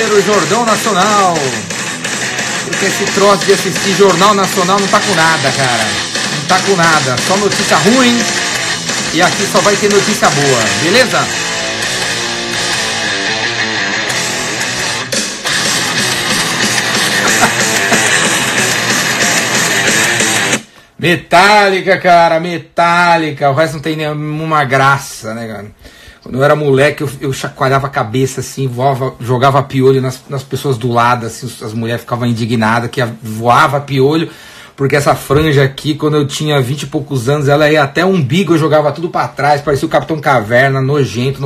ver o Jordão Nacional. Porque esse troço de assistir Jornal Nacional não tá com nada, cara. Não tá com nada. Só notícia ruim. E aqui só vai ter notícia boa, beleza? Metallica, cara, Metallica. O resto não tem nenhuma graça, né, cara? Quando eu era moleque, eu chacoalhava a cabeça assim, jogava piolho nas pessoas do lado, assim, as mulheres ficavam indignadas que voava piolho, porque essa franja aqui, quando eu tinha 20 e poucos anos, ela ia até o umbigo, eu jogava tudo pra trás, parecia o Capitão Caverna, nojento.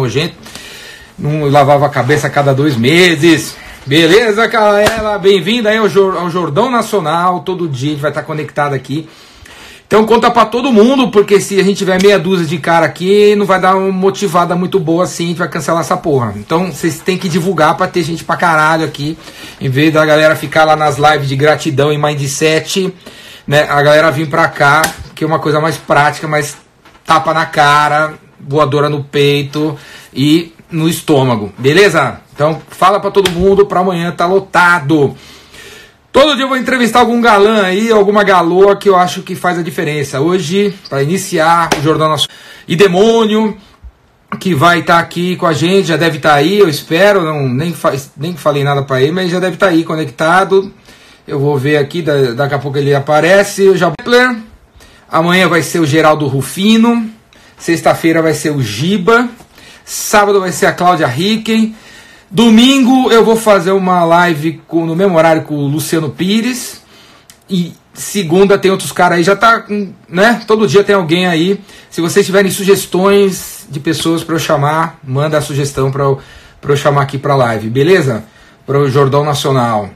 Não lavava a cabeça a cada 2 meses. Beleza, galera? Bem-vindo aí ao Jordão Nacional. Todo dia a gente vai estar conectado aqui. Então conta pra todo mundo, porque se a gente tiver meia dúzia de cara aqui, não vai dar uma motivada muito boa assim, a gente vai cancelar essa porra. Então vocês têm que divulgar pra ter gente pra caralho aqui, em vez da galera ficar lá nas lives de gratidão e mindset, né, a galera vir pra cá, que é uma coisa mais prática, mais tapa na cara, voadora no peito e no estômago, beleza? Então fala pra todo mundo, pra amanhã tá lotado. Todo dia eu vou entrevistar algum galã aí, alguma galoa que eu acho que faz a diferença. Hoje, para iniciar o Jordão Nacional, e Demônio, que vai estar aqui com a gente, já deve estar aí, eu espero, nem falei nada para ele, mas já deve estar aí conectado. Eu vou ver aqui, daqui a pouco ele aparece. O Jabler. Amanhã vai ser o Geraldo Rufino. Sexta-feira vai ser o Giba. Sábado vai ser a Cláudia Ricken. Domingo eu vou fazer uma live no mesmo horário com o Luciano Pires. E segunda tem outros caras aí. Já tá, né? Todo dia tem alguém aí. Se vocês tiverem sugestões de pessoas para eu chamar, manda a sugestão para eu chamar aqui para live, beleza? Para o Jordão Nacional.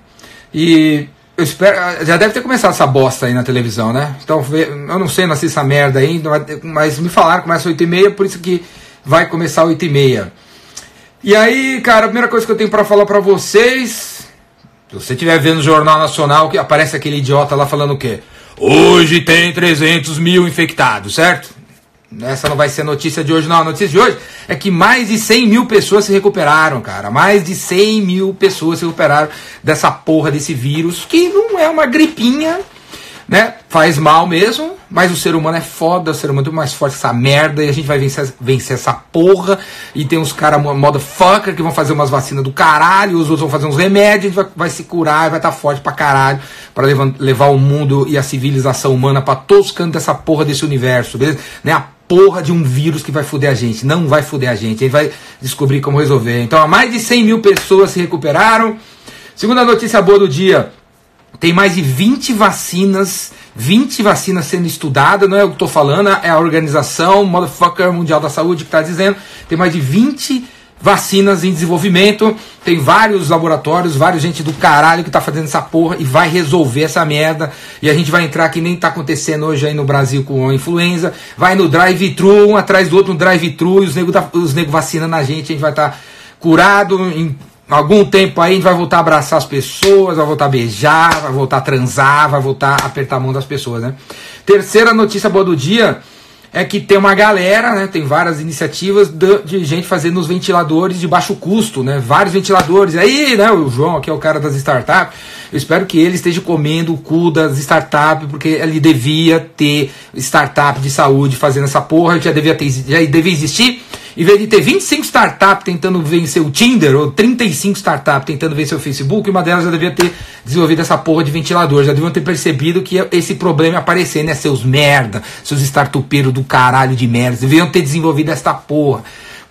E eu espero. Já deve ter começado essa bosta aí na televisão, né? Então eu não sei, não assisto essa merda ainda, mas me falaram que começa às 8h30, por isso que vai começar às 8h30. E aí, cara, a primeira coisa que eu tenho pra falar pra vocês, se você estiver vendo o Jornal Nacional, que aparece aquele idiota lá falando o quê? Hoje tem 300 mil infectados, certo? Essa não vai ser a notícia de hoje, não. A notícia de hoje é que mais de 100 mil pessoas se recuperaram, cara. Mais de 100 mil pessoas se recuperaram dessa porra desse vírus, que não é uma gripinha, né? Faz mal mesmo, mas o ser humano é foda, o ser humano é muito mais forte que essa merda, e a gente vai vencer essa porra. E tem uns caras motherfucker que vão fazer umas vacinas do caralho, os outros vão fazer uns remédios, a gente vai se curar e vai estar forte pra caralho, pra levar o mundo e a civilização humana pra todos os cantos dessa porra desse universo, beleza? Não é a porra de um vírus que vai foder a gente, não vai foder a gente vai descobrir como resolver. Então, mais de 100 mil pessoas se recuperaram. Segunda notícia boa do dia: tem mais de 20 vacinas sendo estudadas, não é eu que estou falando, é a Organização Motherfucker Mundial da Saúde que está dizendo. Tem mais de 20 vacinas em desenvolvimento, tem vários laboratórios, vários gente do caralho que está fazendo essa porra e vai resolver essa merda. E a gente vai entrar, que nem está acontecendo hoje aí no Brasil com a influenza, vai no drive-thru, um atrás do outro no drive-thru, e os negros vacinando a gente vai estar curado em algum tempo aí. A gente vai voltar a abraçar as pessoas, vai voltar a beijar, vai voltar a transar, vai voltar a apertar a mão das pessoas, né? Terceira notícia boa do dia é que tem uma galera, né? Tem várias iniciativas de gente fazendo os ventiladores de baixo custo, né? Vários ventiladores. Aí, né? O João aqui é o cara das startups. Eu espero que ele esteja comendo o cu das startups, porque ele devia ter startup de saúde fazendo essa porra, já devia existir. Em vez de ter 25 startups tentando vencer o Tinder, ou 35 startups tentando vencer o Facebook, uma delas já devia ter desenvolvido essa porra de ventilador. Já deviam ter percebido que esse problema ia aparecer, né? Seus merda, seus startupeiros do caralho de merda. Deviam ter desenvolvido essa porra.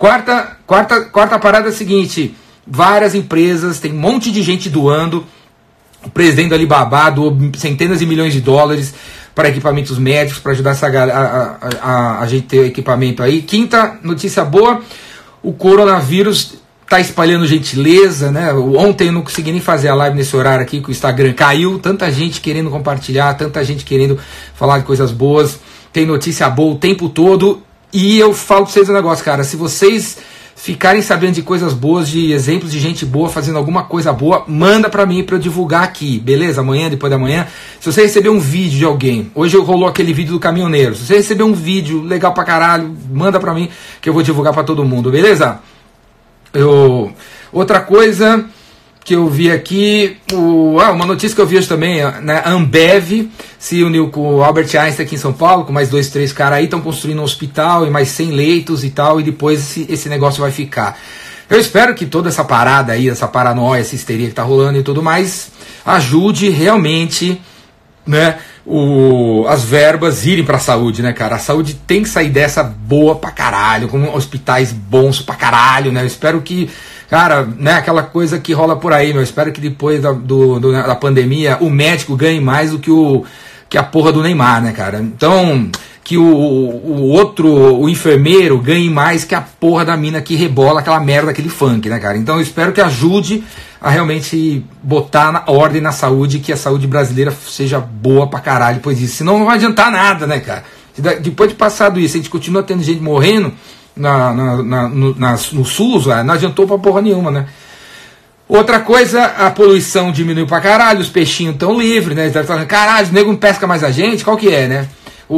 Quarta parada é a seguinte: várias empresas, tem um monte de gente doando. O presidente do Alibaba doou centenas de milhões de dólares para equipamentos médicos, para ajudar essa galera a gente ter equipamento aí. Quinta notícia boa: o coronavírus está espalhando gentileza, né? Ontem eu não consegui nem fazer a live nesse horário aqui, que o Instagram caiu, tanta gente querendo compartilhar, tanta gente querendo falar de coisas boas, tem notícia boa o tempo todo. E eu falo para vocês um negócio, cara, se vocês ficarem sabendo de coisas boas, de exemplos de gente boa fazendo alguma coisa boa, manda pra mim pra eu divulgar aqui, beleza? Amanhã, depois da manhã. Se você receber um vídeo de alguém, hoje rolou aquele vídeo do caminhoneiro, se você receber um vídeo legal pra caralho, manda pra mim que eu vou divulgar pra todo mundo, beleza? Outra coisa que eu vi aqui, uma notícia que eu vi hoje também, né? A Ambev se uniu com o Albert Einstein aqui em São Paulo, com mais 2, 3 caras aí, estão construindo um hospital e mais 100 leitos e tal, e depois esse negócio vai ficar. Eu espero que toda essa parada aí, essa paranoia, essa histeria que tá rolando e tudo mais, ajude realmente, né, as verbas irem pra saúde, né, cara? A saúde tem que sair dessa boa pra caralho, com hospitais bons pra caralho, né? Eu espero que, cara, né, aquela coisa que rola por aí, eu espero que depois da pandemia o médico ganhe mais do que a porra do Neymar, né, cara? Então, que o enfermeiro ganhe mais que a porra da mina que rebola aquela merda, aquele funk, né, cara? Então eu espero que ajude a realmente botar na ordem na saúde, que a saúde brasileira seja boa pra caralho depois disso. Senão não vai adiantar nada, né, cara? Depois de passado isso, a gente continua tendo gente morrendo no SUS, não adiantou pra porra nenhuma, né? Outra coisa, a poluição diminuiu pra caralho, os peixinhos estão livres, né? Eles estão falando, caralho, o nego não pesca mais a gente, qual que é, né?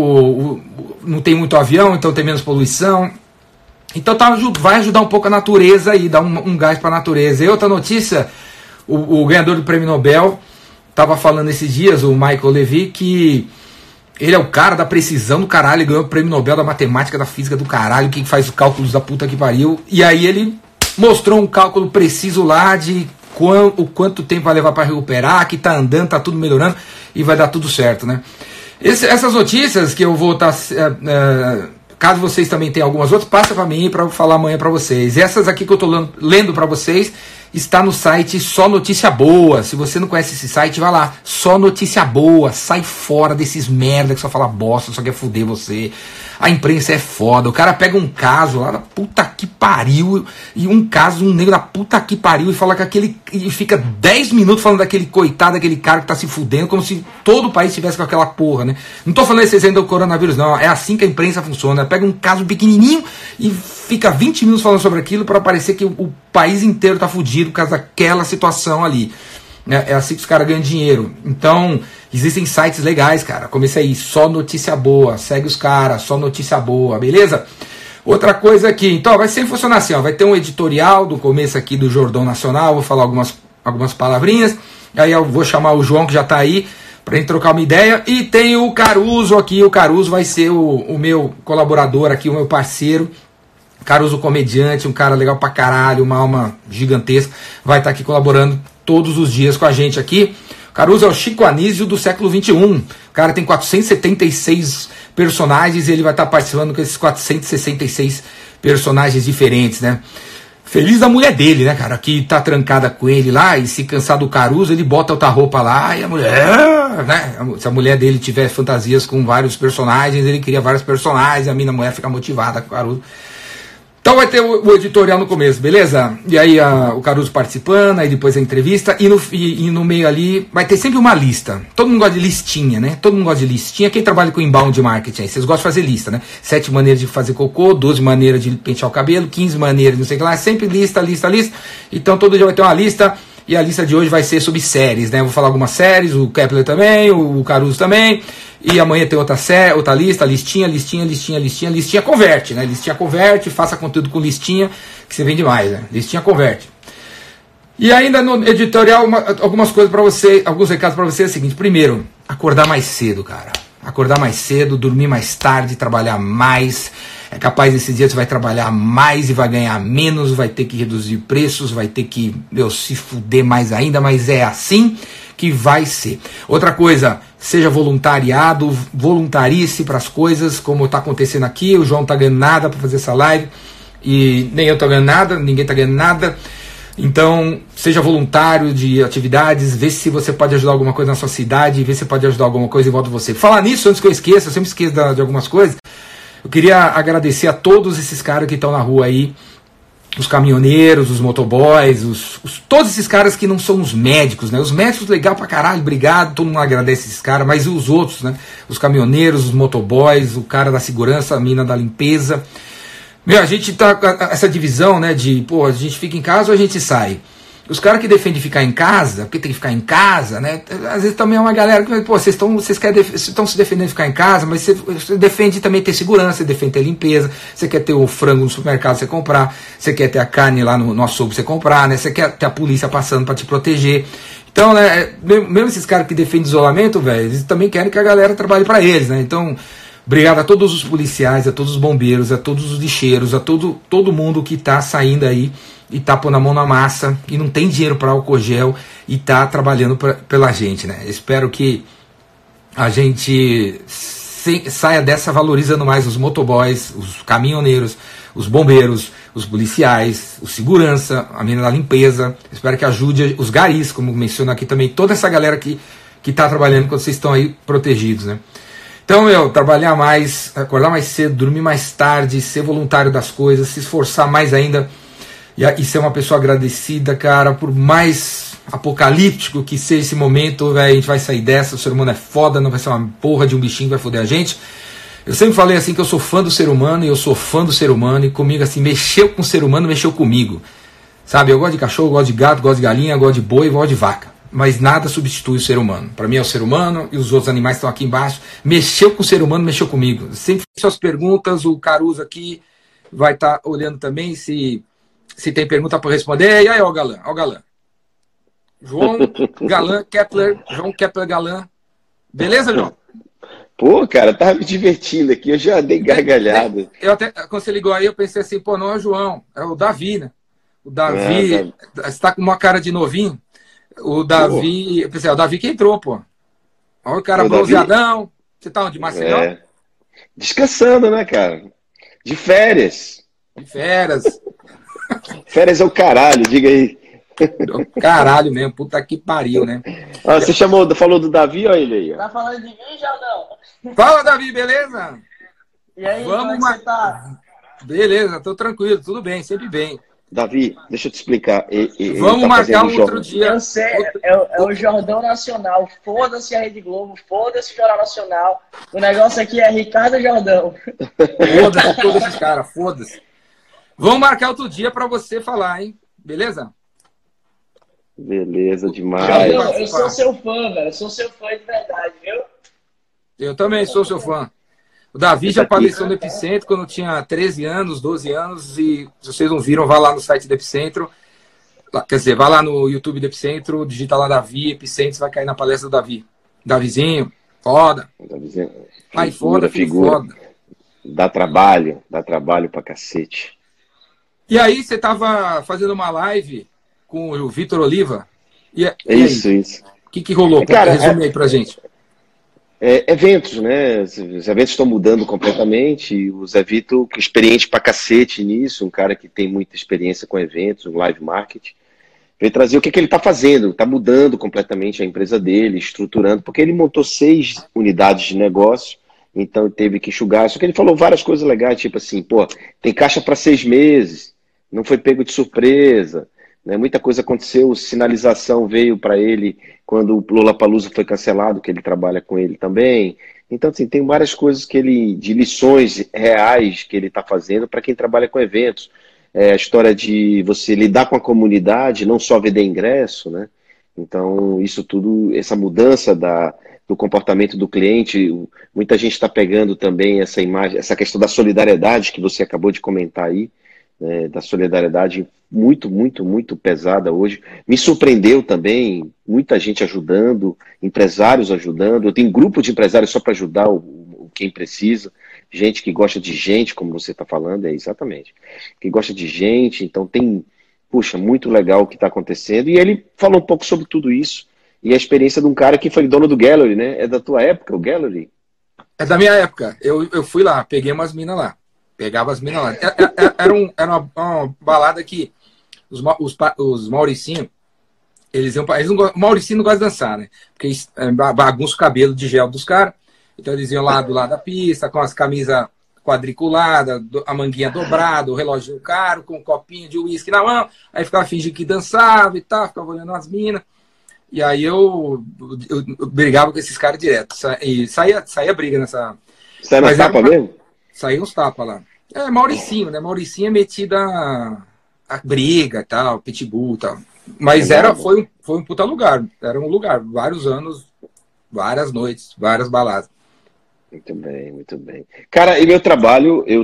Não tem muito avião, então tem menos poluição. Então vai ajudar um pouco a natureza aí, dar um gás para a natureza. E outra notícia, o ganhador do prêmio Nobel estava falando esses dias, o Michael Levy, que ele é o cara da precisão do caralho, ele ganhou o prêmio Nobel da matemática, da física do caralho, que faz os cálculos da puta que pariu. E aí ele mostrou um cálculo preciso lá de o quanto tempo vai levar para recuperar, que tá andando, tá tudo melhorando e vai dar tudo certo, né? Essas notícias que eu vou estar... caso vocês também tenham algumas outras, passa para mim para eu falar amanhã para vocês. Essas aqui que eu estou lendo para vocês está no site Só Notícia Boa. Se você não conhece esse site, vai lá. Só Notícia Boa. Sai fora desses merda que só fala bosta, só quer foder você. A imprensa é foda. O cara pega um caso lá da puta que pariu, e um nego da puta que pariu, e fala que e fica 10 minutos falando daquele coitado, daquele cara que tá se fudendo, como se todo o país tivesse com aquela porra, né? Não tô falando esse exemplo do coronavírus, não. É assim que a imprensa funciona. Pega um caso pequenininho e fica 20 minutos falando sobre aquilo para parecer que o país inteiro tá fudido por causa daquela situação ali. É assim que os caras ganham dinheiro. Então, existem sites legais, cara. Como esse aí, Só Notícia Boa. Segue os caras, Só Notícia Boa, beleza? Outra coisa aqui, então, vai sempre funcionar assim, ó. Vai ter um editorial do começo aqui do Jordão Nacional. Vou falar algumas palavrinhas. Aí eu vou chamar o João, que já tá aí, pra gente trocar uma ideia. E tem o Caruso aqui. O Caruso vai ser o meu colaborador aqui, o meu parceiro. Caruso comediante, um cara legal pra caralho, uma alma gigantesca, vai estar aqui colaborando todos os dias com a gente aqui. Caruso é o Chico Anísio do século XXI. O cara tem 476 personagens e ele vai estar participando com esses 466 personagens diferentes, né? Feliz da mulher dele, né, cara, que tá trancada com ele lá, e se cansar do Caruso, ele bota outra roupa lá, e a mulher, né, se a mulher dele tiver fantasias com vários personagens, ele cria vários personagens, a mulher fica motivada com o Caruso. Então vai ter o editorial no começo, beleza? E aí o Caruso participando, aí depois a entrevista, e no meio ali vai ter sempre uma lista. Todo mundo gosta de listinha, né? Todo mundo gosta de listinha. Quem trabalha com inbound marketing aí, vocês gostam de fazer lista, né? 7 maneiras de fazer cocô, 12 maneiras de pentear o cabelo, 15 maneiras de não sei o que lá, sempre lista. Então todo dia vai ter uma lista, e a lista de hoje vai ser sobre séries, né? Eu vou falar algumas séries, o Kepler também, o Caruso também. E amanhã tem outra lista, listinha converte, né? Listinha converte, faça conteúdo com listinha, que você vende mais, né? Listinha converte. E ainda no editorial, algumas coisas para você, alguns recados para você é o seguinte: primeiro, acordar mais cedo, cara. Acordar mais cedo, dormir mais tarde, trabalhar mais. É capaz esses dias você vai trabalhar mais e vai ganhar menos, vai ter que reduzir preços, vai ter que se fuder mais ainda, mas é assim que vai ser. Outra coisa, seja voluntariado, voluntarice para as coisas, como está acontecendo aqui. O João não está ganhando nada para fazer essa live, e nem eu estou ganhando nada, ninguém está ganhando nada. Então, seja voluntário de atividades, vê se você pode ajudar alguma coisa na sua cidade, vê se pode ajudar alguma coisa em volta de você. Falar nisso, antes que eu esqueça, eu sempre esqueço de algumas coisas, eu queria agradecer a todos esses caras que estão na rua aí, os caminhoneiros, os motoboys, todos esses caras que não são os médicos, né? Os médicos, legal pra caralho, obrigado, todo mundo agradece esses caras, mas e os outros, né? Os caminhoneiros, os motoboys, o cara da segurança, a mina da limpeza. Meu, a gente tá com essa divisão, né, de, pô, a gente fica em casa ou a gente sai? Os caras que defendem ficar em casa, porque tem que ficar em casa, né? Às vezes também é uma galera que, pô, vocês estão se defendendo de ficar em casa, mas você defende também ter segurança, você defende ter limpeza, você quer ter o frango no supermercado você comprar, você quer ter a carne lá no açougue você comprar, né? Você quer ter a polícia passando para te proteger. Então, né, mesmo esses caras que defendem isolamento, velho, eles também querem que a galera trabalhe para eles, né? Então, obrigado a todos os policiais, a todos os bombeiros, a todos os lixeiros, a todo mundo que tá saindo aí e tá pondo a mão na massa e não tem dinheiro para álcool gel e tá trabalhando pela gente, né? Espero que a gente saia dessa valorizando mais os motoboys, os caminhoneiros, os bombeiros, os policiais, o segurança, a menina da limpeza. Espero que ajude os garis, como menciono aqui também, toda essa galera que tá trabalhando quando vocês estão aí protegidos, né? Então, trabalhar mais, acordar mais cedo, dormir mais tarde, ser voluntário das coisas, se esforçar mais ainda e ser uma pessoa agradecida, cara, por mais apocalíptico que seja esse momento, véio, a gente vai sair dessa, o ser humano é foda, não vai ser uma porra de um bichinho que vai foder a gente. Eu sempre falei assim que eu sou fã do ser humano, e eu sou fã do ser humano, e comigo assim, mexeu com o ser humano, mexeu comigo. Sabe, eu gosto de cachorro, gosto de gato, gosto de galinha, gosto de boi, gosto de vaca. Mas nada substitui o ser humano. Para mim é o ser humano, e os outros animais estão aqui embaixo. Mexeu com o ser humano, mexeu comigo. Sempre suas perguntas, o Caruso aqui vai estar olhando também se tem pergunta para responder. E aí, ó, Galã, ó, Galã. João Galã Kepler, João Kepler Galã. Beleza, João? Pô, cara, tava me divertindo aqui, eu já dei gargalhada. Eu até, quando você ligou aí, eu pensei assim, pô, não é o João, é o Davi, né? O Davi, você tá com uma cara de novinho. O Davi, eu pensei, é o Davi que entrou, pô. Olha o cara bronzeadão. Davi... Você tá onde? Maceió? É. Descansando, né, cara? De férias. De férias. Férias é o caralho, diga aí. Caralho mesmo, puta que pariu, né? Ah, você falou do Davi, olha ele aí. Tá falando de mim, Jardão? Fala, Davi, beleza? E aí, como é que você tá? Beleza, tô tranquilo, tudo bem, sempre bem. Davi, deixa eu te explicar. Vamos marcar um outro dia. Eu sei, é o Jordão Nacional. Foda-se a Rede Globo, foda-se o Jornal Nacional. O negócio aqui é Ricardo Jordão. Foda-se todos esses caras, foda-se. Vamos marcar outro dia pra você falar, hein? Beleza? Beleza demais. Jordão, eu sou seu fã, velho. Eu sou seu fã de verdade, viu? Eu também sou seu fã. O Davi já apareceu no Epicentro quando tinha 13 anos, 12 anos, e se vocês não viram, vá lá no site do Epicentro. Quer dizer, vá lá no YouTube do Epicentro, digita lá Davi, Epicentro, você vai cair na palestra do Davi. Davizinho, foda. Davizinho, pai, foda, figura. Foda. Dá trabalho pra cacete. E aí, você tava fazendo uma live com o Vitor Oliva. Isso. O que rolou? Cara, resume aí pra gente. Eventos, né? Os eventos estão mudando completamente. O Zé Vitor, experiente pra cacete nisso, um cara que tem muita experiência com eventos, um live marketing, veio trazer o que ele está fazendo. Está mudando completamente a empresa dele, estruturando, porque ele montou 6 unidades de negócio, então teve que enxugar. Só que ele falou várias coisas legais, tipo assim, pô, tem caixa para 6 meses, não foi pego de surpresa, né? Muita coisa aconteceu, sinalização veio para ele quando o Lollapalooza foi cancelado, que ele trabalha com ele também. Então, assim, tem várias coisas de lições reais que ele está fazendo para quem trabalha com eventos. A história de você lidar com a comunidade, não só vender ingresso, né? Então, isso tudo, essa mudança do comportamento do cliente, muita gente está pegando também essa imagem, essa questão da solidariedade que você acabou de comentar aí, né, da solidariedade muito, muito, muito pesada hoje. Me surpreendeu também, muita gente ajudando, empresários ajudando. Eu tenho grupo de empresários só para ajudar quem precisa. Gente que gosta de gente, como você está falando, exatamente. Que gosta de gente, então tem, puxa, muito legal o que está acontecendo. E ele falou um pouco sobre tudo isso. E a experiência de um cara que foi dono do Gallery, né? É da tua época, o Gallery? É da minha época. Eu fui lá, peguei umas minas lá. Pegava as minas lá. Era uma balada que os Mauricinho, eles iam o Mauricinho não gosta de dançar, né? Porque bagunça o cabelo de gel dos caras. Então eles iam lá do lado da pista, com as camisas quadriculadas, a manguinha dobrada, o relógio caro, com um copinho de uísque na mão. Aí ficava fingindo que dançava e tal, ficava olhando as minas. E aí eu brigava com esses caras direto. E saía briga nessa... Sai na tapa mesmo? Saía uns tapas lá. Mauricinho, né? Mauricinho é metida a briga e tal, pitbull e tal. Mas foi um puta lugar. Era um lugar, vários anos, várias noites, várias baladas. Muito bem, muito bem. Cara, e meu trabalho, eu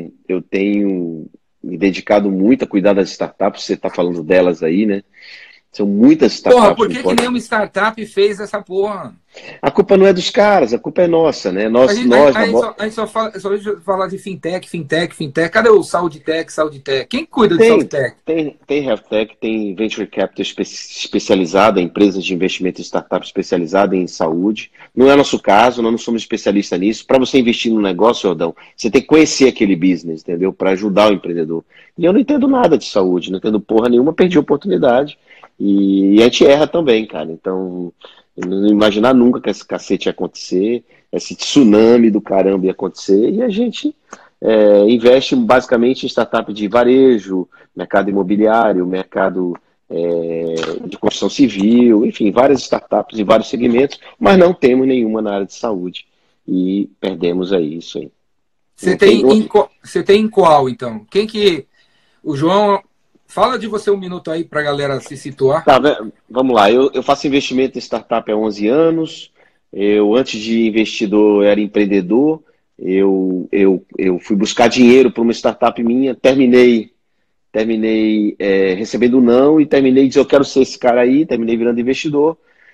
tenho me dedicado muito a cuidar das startups, você está falando delas aí, né? São muitas startups. Porra, por que nenhuma startup fez essa porra? A culpa não é dos caras, a culpa é nossa, né? A gente só fala de fintech. Cadê o Saúde Tech? Quem cuida de Saúde Tech? Tem Health Tech, tem Venture Capital especializada, empresas de investimento em startup especializada em saúde. Não é nosso caso, nós não somos especialistas nisso. Para você investir no negócio, Jordão, você tem que conhecer aquele business, entendeu? Para ajudar o empreendedor. E eu não entendo nada de saúde, não entendo porra nenhuma, perdi a oportunidade. E a gente erra também, cara. Então, eu não imaginar nunca que esse cacete ia acontecer, esse tsunami do caramba ia acontecer, e a gente investe basicamente em startup de varejo, mercado imobiliário, mercado de construção civil, enfim, várias startups em vários segmentos, mas não temos nenhuma na área de saúde. E perdemos aí isso aí. Você tem em qual, então? Quem que... O João... Fala de você um minuto aí para a galera se situar. Tá, vamos lá. Eu faço investimento em startup há 11 anos. Eu, antes de investidor, era empreendedor. Eu fui buscar dinheiro para uma startup minha. Terminei recebendo não e terminei dizendo, eu quero ser esse cara aí. Terminei virando investidor.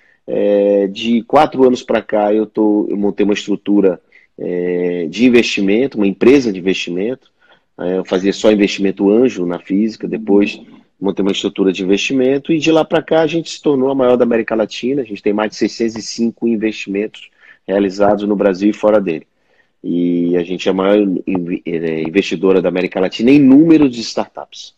De 4 anos para cá, eu montei uma estrutura de investimento, uma empresa de investimento. Eu fazia só investimento anjo na física, depois montei uma estrutura de investimento e de lá para cá a gente se tornou a maior da América Latina. A gente tem mais de 605 investimentos realizados no Brasil e fora dele. E a gente é a maior investidora da América Latina em número de startups.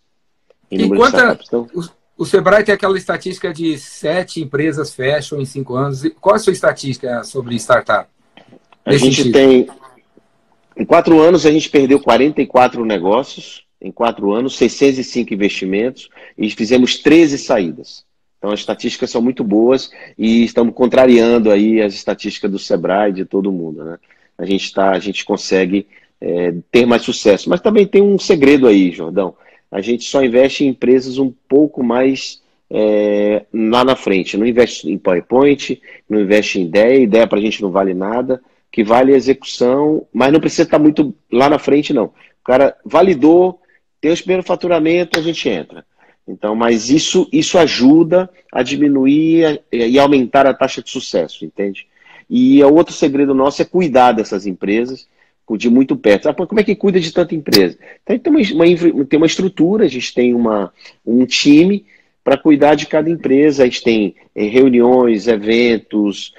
Então, o Sebrae tem aquela estatística de 7 empresas fecham em 5 anos. Qual é a sua estatística sobre startup? A gente tem... Em 4 anos, a gente perdeu 44 negócios, em 4 anos, 605 investimentos, e fizemos 13 saídas. Então, as estatísticas são muito boas e estamos contrariando aí as estatísticas do Sebrae, de todo mundo, né? A gente consegue ter mais sucesso. Mas também tem um segredo aí, Jordão. A gente só investe em empresas um pouco mais lá na frente. Não investe em PowerPoint, não investe em ideia para a gente não vale nada. Que vale a execução, mas não precisa estar muito lá na frente, não. O cara validou, tem os primeiros faturamentos, a gente entra. Então, mas isso ajuda a diminuir e aumentar a taxa de sucesso, entende? E o outro segredo nosso é cuidar dessas empresas de muito perto. Como é que cuida de tanta empresa? Então, tem uma estrutura, a gente tem um time para cuidar de cada empresa. A gente tem reuniões, eventos,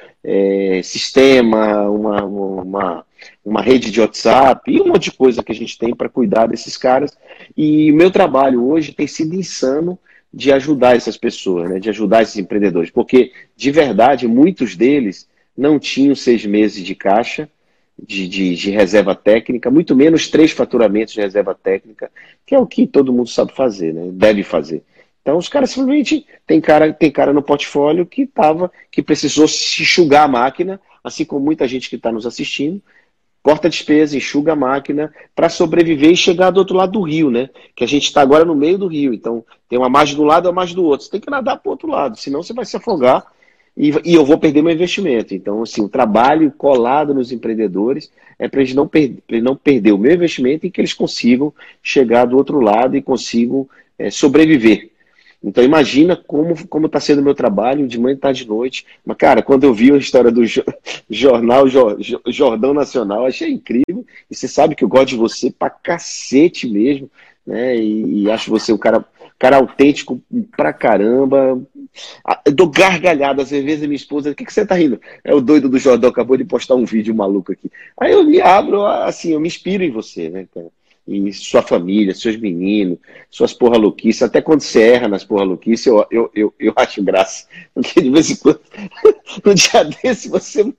sistema, uma rede de WhatsApp e um monte de coisa que a gente tem para cuidar desses caras. E o meu trabalho hoje tem sido insano de ajudar essas pessoas, né? De ajudar esses empreendedores, porque, de verdade, muitos deles não tinham 6 meses de caixa, de reserva técnica, muito menos 3 faturamentos de reserva técnica, que é o que todo mundo sabe fazer, né? Deve fazer. Então os caras simplesmente tem cara no portfólio que precisou se enxugar a máquina, assim como muita gente que está nos assistindo, corta a despesa, enxuga a máquina para sobreviver e chegar do outro lado do rio, né? Que a gente está agora no meio do rio, então tem uma margem de um lado e uma margem do outro. Você tem que nadar para o outro lado, senão você vai se afogar e eu vou perder meu investimento. Então, assim, o trabalho colado nos empreendedores é para eles não perder o meu investimento e que eles consigam chegar do outro lado e consigam sobreviver. Então imagina como está sendo o meu trabalho de manhã, tarde, de noite. Mas, cara, quando eu vi a história do jornal Jordão Nacional, achei incrível. E você sabe que eu gosto de você pra cacete mesmo, né? E acho você um cara autêntico pra caramba. Eu dou gargalhada, às vezes a minha esposa, o que você tá rindo? É o doido do Jordão, acabou de postar um vídeo maluco aqui. Aí eu me abro, assim, eu me inspiro em você, né, cara? E sua família, seus meninos, suas porra louquices, até quando você erra nas porra louquices, eu acho graça. Porque de vez em quando, no dia desse,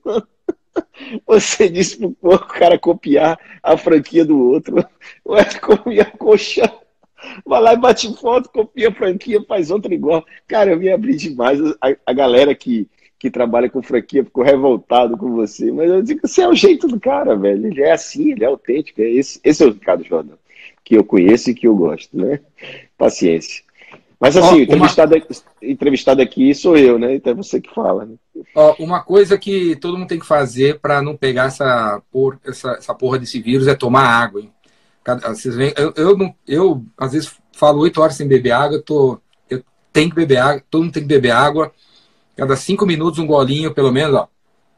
você disse pro cara copiar a franquia do outro, vai copiar coxa, vai lá e bate foto, copia a franquia, faz outra igual. Cara, eu me abri demais. A galera que trabalha com franquia ficou revoltado com você, mas eu digo que você é o jeito do cara, velho. Ele é assim, ele é autêntico. Esse é o Ricardo Jordão, que eu conheço e que eu gosto, né? Paciência. Mas assim, entrevistado aqui sou eu, né? Então é você que fala. Né? Ó, uma coisa que todo mundo tem que fazer para não pegar essa porra desse vírus é tomar água. Hein? Vocês veem, eu às vezes falo 8 horas sem beber água, eu tenho que beber água, todo mundo tem que beber água. Cada 5 minutos um golinho, pelo menos, ó.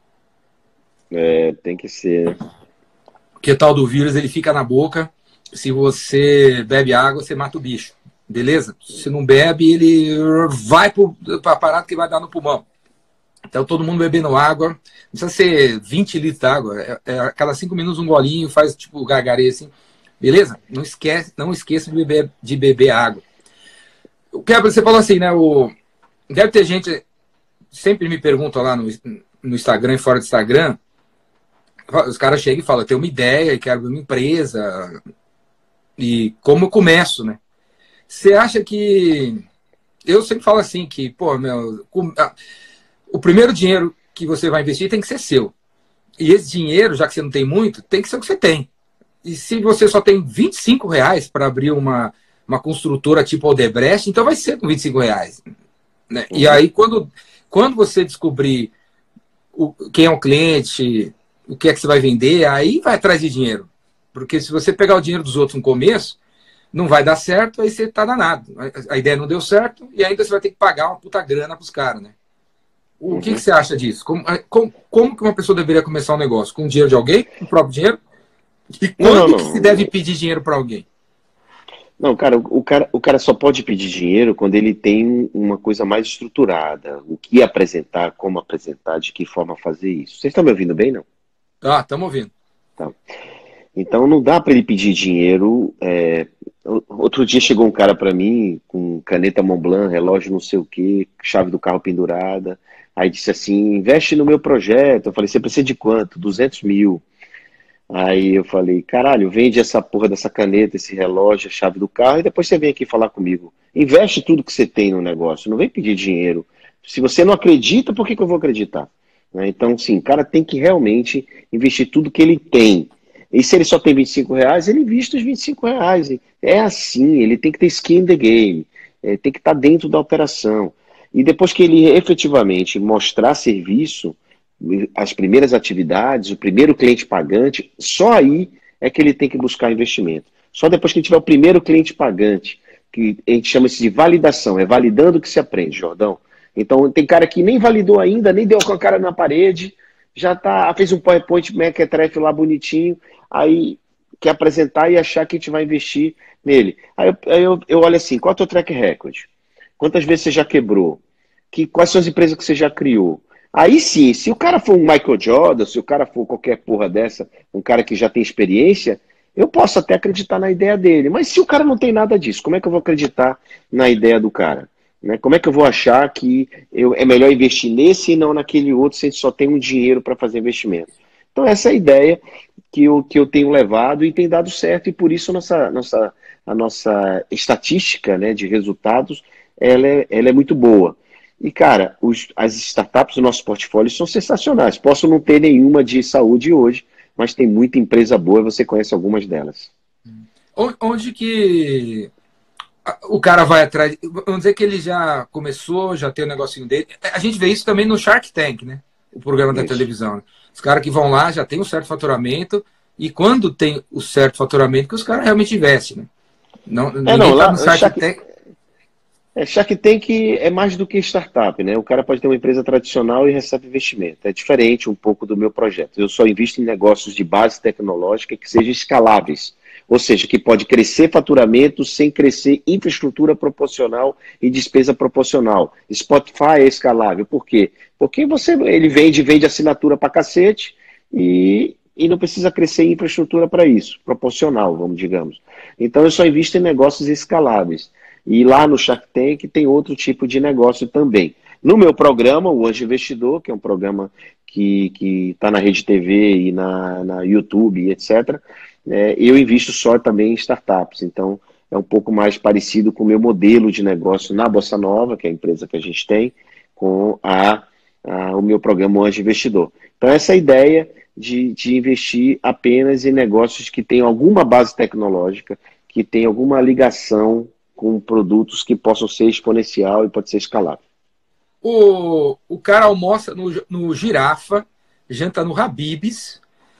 Tem que ser. Porque tal do vírus, ele fica na boca. Se você bebe água, você mata o bicho. Beleza? Se não bebe, ele vai para a parada que vai dar no pulmão. Então, todo mundo bebendo água. Não precisa ser 20 litros d'água. A cada 5 minutos um golinho, faz tipo gargareia assim. Beleza? Não esqueça de beber água. O que você falou assim, né? Deve ter gente... Sempre me perguntam lá no Instagram e fora do Instagram. Os caras chegam e falam, eu tenho uma ideia, quero abrir uma empresa. E como eu começo, né? Você acha que... Eu sempre falo assim, que, pô, o primeiro dinheiro que você vai investir tem que ser seu. E esse dinheiro, já que você não tem muito, tem que ser o que você tem. E se você só tem R$ 25 para abrir uma construtora tipo Odebrecht, então vai ser com R$ 25. Né? E aí, quando você descobrir quem é o cliente, o que é que você vai vender, aí vai atrás de dinheiro. Porque se você pegar o dinheiro dos outros no começo, não vai dar certo, aí você tá danado. A ideia não deu certo e ainda você vai ter que pagar uma puta grana pros caras, né? O que você acha disso? Como que uma pessoa deveria começar um negócio? Com o dinheiro de alguém? Com o próprio dinheiro? E quando que se deve pedir dinheiro para alguém? Não, cara, o cara só pode pedir dinheiro quando ele tem uma coisa mais estruturada. O que apresentar, como apresentar, de que forma fazer isso. Vocês estão me ouvindo bem, não? Ah, estamos ouvindo. Tá. Então não dá para ele pedir dinheiro. Outro dia chegou um cara para mim com caneta Montblanc, relógio não sei o que, chave do carro pendurada. Aí disse assim, investe no meu projeto. Eu falei, você precisa de quanto? 200 mil. Aí eu falei, caralho, vende essa porra dessa caneta, esse relógio, a chave do carro, e depois você vem aqui falar comigo. Investe tudo que você tem no negócio, não vem pedir dinheiro. Se você não acredita, por que eu vou acreditar? Né? Então, sim, o cara tem que realmente investir tudo que ele tem. E se ele só tem R$ 25, ele investe os R$ 25. É assim, ele tem que ter skin in the game, tem que estar dentro da operação. E depois que ele efetivamente mostrar serviço, as primeiras atividades, o primeiro cliente pagante, só aí é que ele tem que buscar investimento. Só depois que ele tiver o primeiro cliente pagante, que a gente chama isso de validação, é validando que se aprende, Jordão. Então tem cara que nem validou ainda, nem deu com a cara na parede, já fez um PowerPoint mequetrefe lá bonitinho, aí quer apresentar e achar que a gente vai investir nele. Aí eu olho assim, qual é o teu track record? Quantas vezes você já quebrou? Quais são as empresas que você já criou? Aí sim, se o cara for um Michael Jordan, se o cara for qualquer porra dessa, um cara que já tem experiência, eu posso até acreditar na ideia dele. Mas se o cara não tem nada disso, como é que eu vou acreditar na ideia do cara? Né? Como é que eu vou achar que é melhor investir nesse e não naquele outro, se a gente só tem um dinheiro para fazer investimento? Então essa é a ideia que eu tenho levado e tem dado certo, e por isso a nossa estatística, né, de resultados ela é muito boa. E, cara, as startups do nosso portfólio são sensacionais. Posso não ter nenhuma de saúde hoje, mas tem muita empresa boa e você conhece algumas delas. Onde que o cara vai atrás? Vamos dizer que ele já começou, já tem o negocinho dele. A gente vê isso também no Shark Tank, né? O programa da televisão. Né? Os caras que vão lá já tem um certo faturamento, e quando tem o certo faturamento, que os caras realmente investem, né? Ninguém tá no Shark Tank. Shark Tank é mais do que startup, né? O cara pode ter uma empresa tradicional e recebe investimento. É diferente um pouco do meu projeto. Eu só invisto em negócios de base tecnológica que sejam escaláveis. Ou seja, que pode crescer faturamento sem crescer infraestrutura proporcional e despesa proporcional. Spotify é escalável. Por quê? Porque ele vende assinatura pra cacete e não precisa crescer infraestrutura para isso. Proporcional, digamos. Então eu só invisto em negócios escaláveis. E lá no Shark Tank tem outro tipo de negócio também. No meu programa, o Anjo Investidor, que é um programa que está na Rede TV e na YouTube, etc., eu invisto só também em startups. Então, é um pouco mais parecido com o meu modelo de negócio na Bossa Nova, que é a empresa que a gente tem, com o meu programa o Anjo Investidor. Então, essa é a ideia de investir apenas em negócios que tenham alguma base tecnológica, que tenham alguma ligação com produtos que possam ser exponencial e pode ser escalável. O cara almoça no Girafa, janta no Habib's.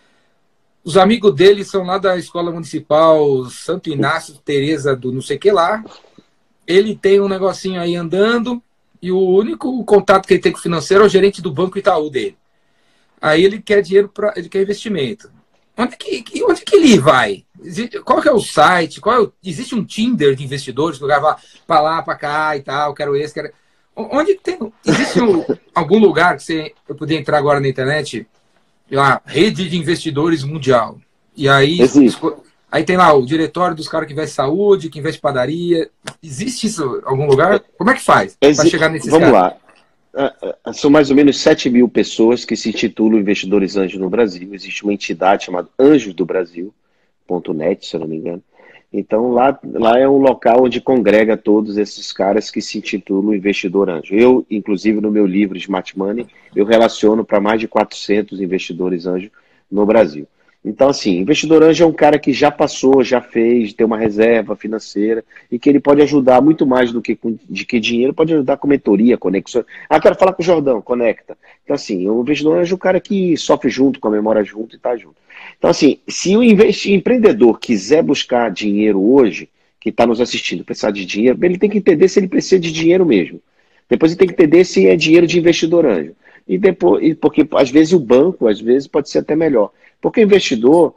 Os amigos dele são lá da Escola Municipal Santo Inácio Teresa do não sei que lá. Ele tem um negocinho aí andando e o único contato que ele tem com o financeiro é o gerente do Banco Itaú dele. Aí ele quer dinheiro, ele quer investimento. Onde que ele vai? Qual que é o site? Existe um Tinder de investidores que o cara vai para lá, para cá e tal, quero esse, quero... Onde tem? Existe algum lugar que eu poderia entrar agora na internet, lá, rede de investidores mundial. E aí, aí tem lá o diretório dos caras que investem em saúde, que investem em padaria. Existe isso em algum lugar? Como é que faz para chegar nesses Vamos caras? lá. São mais ou menos 7 mil pessoas que se titulam investidores anjos no Brasil. Existe uma entidade chamada Anjos do Brasil.net, se eu não me engano. Então, lá é um local onde congrega todos esses caras que se intitulam investidor anjo. Eu, inclusive, no meu livro Smart Money, eu relaciono para mais de 400 investidores anjo no Brasil. Então, assim, investidor anjo é um cara que já passou, já fez, tem uma reserva financeira e que ele pode ajudar muito mais do que dinheiro, pode ajudar com mentoria, conexão. Quero falar com o Jordão, conecta. Então, assim, o investidor anjo é o cara que sofre junto, comemora junto e tá junto. Então, assim, se o empreendedor quiser buscar dinheiro hoje, que está nos assistindo, precisar de dinheiro, ele tem que entender se ele precisa de dinheiro mesmo. Depois ele tem que entender se é dinheiro de investidor anjo. E depois, porque às vezes o banco, às vezes pode ser até melhor. Porque o investidor,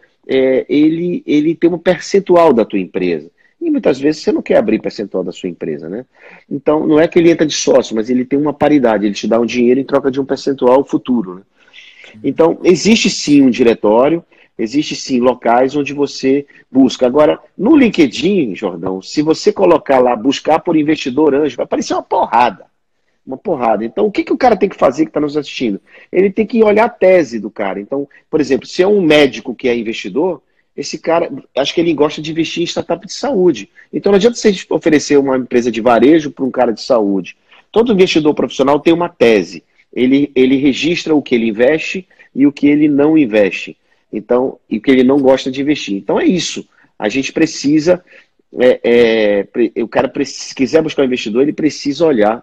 ele tem um percentual da tua empresa. E muitas vezes você não quer abrir percentual da sua empresa, né? Então, não é que ele entra de sócio, mas ele tem uma paridade. Ele te dá um dinheiro em troca de um percentual futuro, né? Então, existe sim um diretório, existe sim locais onde você busca. Agora, no LinkedIn, Jordão, se você colocar lá, buscar por investidor anjo, vai aparecer uma porrada. Uma porrada. Então, o que o cara tem que fazer que está nos assistindo? Ele tem que olhar a tese do cara. Então, por exemplo, se é um médico que é investidor, esse cara, acho que ele gosta de investir em startup de saúde. Então, não adianta você oferecer uma empresa de varejo para um cara de saúde. Todo investidor profissional tem uma tese. Ele registra o que ele investe e o que ele não investe. Então, e o que ele não gosta de investir. Então, é isso. A gente precisa... o cara, se quiser buscar um investidor, ele precisa olhar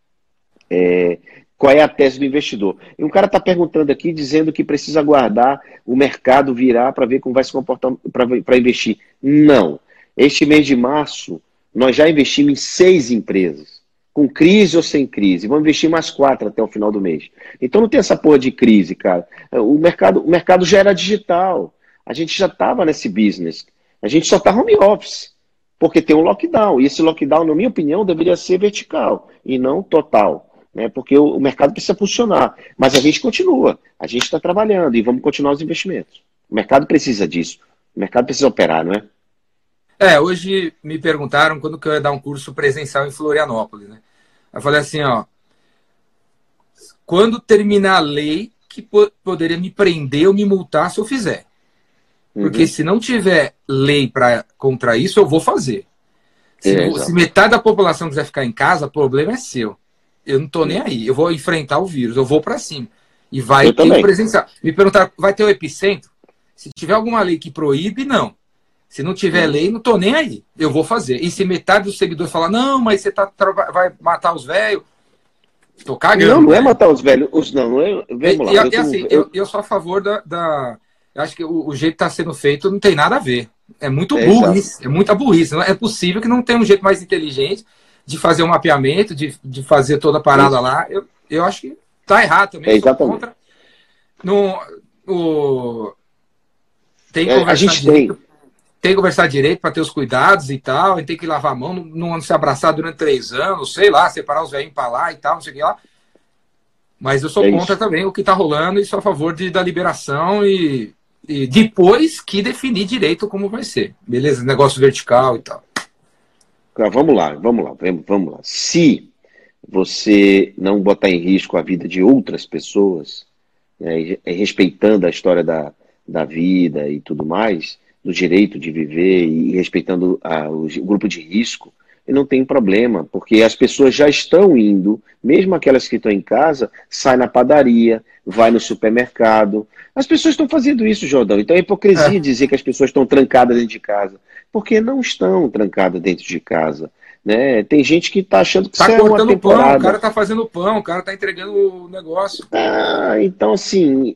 qual é a tese do investidor. E um cara está perguntando aqui, dizendo que precisa aguardar o mercado virar para ver como vai se comportar para investir. Não. Este mês de março, nós já investimos em 6 empresas, com crise ou sem crise. Vamos investir mais 4 até o final do mês. Então não tem essa porra de crise, cara. O mercado já era digital. A gente já estava nesse business. A gente só está home office, porque tem um lockdown. E esse lockdown, na minha opinião, deveria ser vertical e não total. Né, porque o mercado precisa funcionar. Mas a gente continua, a gente está trabalhando e vamos continuar os investimentos. O mercado precisa disso. O mercado precisa operar, não é? Hoje me perguntaram quando que eu ia dar um curso presencial em Florianópolis. Né? Eu falei assim, quando terminar a lei que poderia me prender ou me multar se eu fizer. Porque se não tiver lei contra isso, eu vou fazer. Se metade da população quiser ficar em casa, o problema é seu. Eu não tô nem aí. Eu vou enfrentar o vírus. Eu vou para cima. E vai ter o presencial. Me perguntaram, vai ter o epicentro? Se tiver alguma lei que proíbe, não. Se não tiver lei, não tô nem aí. Eu vou fazer. E se metade dos seguidores falar, não, mas você vai matar os velhos, tô cagando. Não é matar os velhos. Vamos lá. Eu sou a favor eu acho que o jeito que está sendo feito não tem nada a ver. É muito burrice. É muita burrice. Não é possível que não tenha um jeito mais inteligente de fazer um mapeamento, de fazer toda a parada lá. Eu acho que tá errado também. Sou contra. Tem que conversar direito. Tem que conversar direito para ter os cuidados e tal. E tem que lavar a mão, não se abraçar durante 3 anos, sei lá, separar os velhinhos para lá e tal, não sei o que lá. Mas eu sou contra também o que está rolando e sou a favor da liberação e depois que definir direito como vai ser. Beleza? Negócio vertical e tal. Vamos lá. Se você não botar em risco a vida de outras pessoas, né, respeitando a história da vida e tudo mais, do direito de viver e respeitando o grupo de risco, não tem problema, porque as pessoas já estão indo, mesmo aquelas que estão em casa, sai na padaria, vai no supermercado. As pessoas estão fazendo isso, Jordão. Então é hipocrisia dizer que as pessoas estão trancadas dentro de casa, porque não estão trancadas dentro de casa. né? Tem gente que está achando que Tá isso é uma cortando pão, o temporada. cara tá fazendo pão, o cara tá entregando o negócio. Então, assim,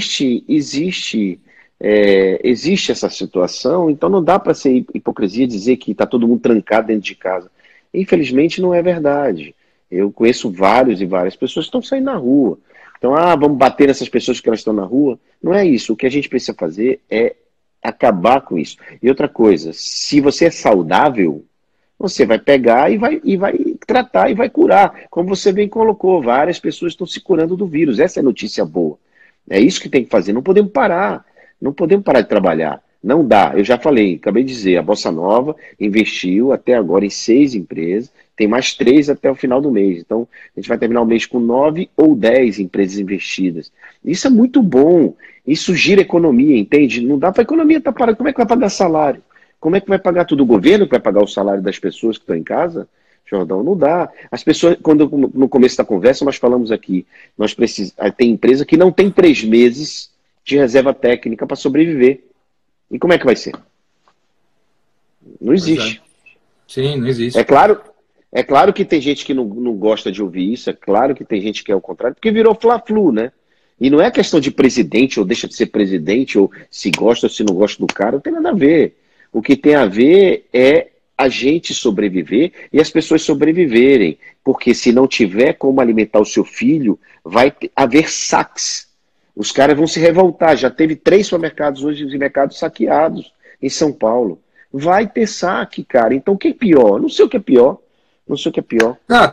existe essa situação, então não dá para ser hipocrisia dizer que está todo mundo trancado dentro de casa. Infelizmente não é verdade. Eu conheço vários e várias pessoas que estão saindo na rua. Então, vamos bater nessas pessoas que elas estão na rua. Não é isso. O que a gente precisa fazer é acabar com isso. E outra coisa, se você é saudável, você vai pegar e vai tratar e vai curar. Como você bem colocou, várias pessoas estão se curando do vírus. Essa é a notícia boa. É isso que tem que fazer. Não podemos parar. Não podemos parar de trabalhar. Não dá. Eu já falei, acabei de dizer, a Bossa Nova investiu até agora em 6 empresas, tem mais 3 até o final do mês. Então, a gente vai terminar o mês com 9 ou 10 empresas investidas. Isso é muito bom. Isso gira a economia, entende? Não dá para a economia estar parada. Como é que vai pagar salário? Como é que vai pagar tudo? O governo que vai pagar o salário das pessoas que estão em casa? Jordão, não dá. As pessoas, quando no começo da conversa nós falamos aqui, tem empresa que não tem 3 meses de reserva técnica para sobreviver. E como é que vai ser? Não existe. Sim, não existe. É claro que tem gente que não gosta de ouvir isso, é claro que tem gente que é o contrário, porque virou fla-flu, né? E não é questão de presidente ou deixa de ser presidente, ou se gosta ou se não gosta do cara, não tem nada a ver. O que tem a ver é a gente sobreviver e as pessoas sobreviverem. Porque se não tiver como alimentar o seu filho, vai haver saques. Os caras vão se revoltar. Já teve 3 supermercados hoje, os mercados saqueados em São Paulo. Vai ter saque, cara. Então o que é pior? Não sei o que é pior. Não sei o que é pior. Não,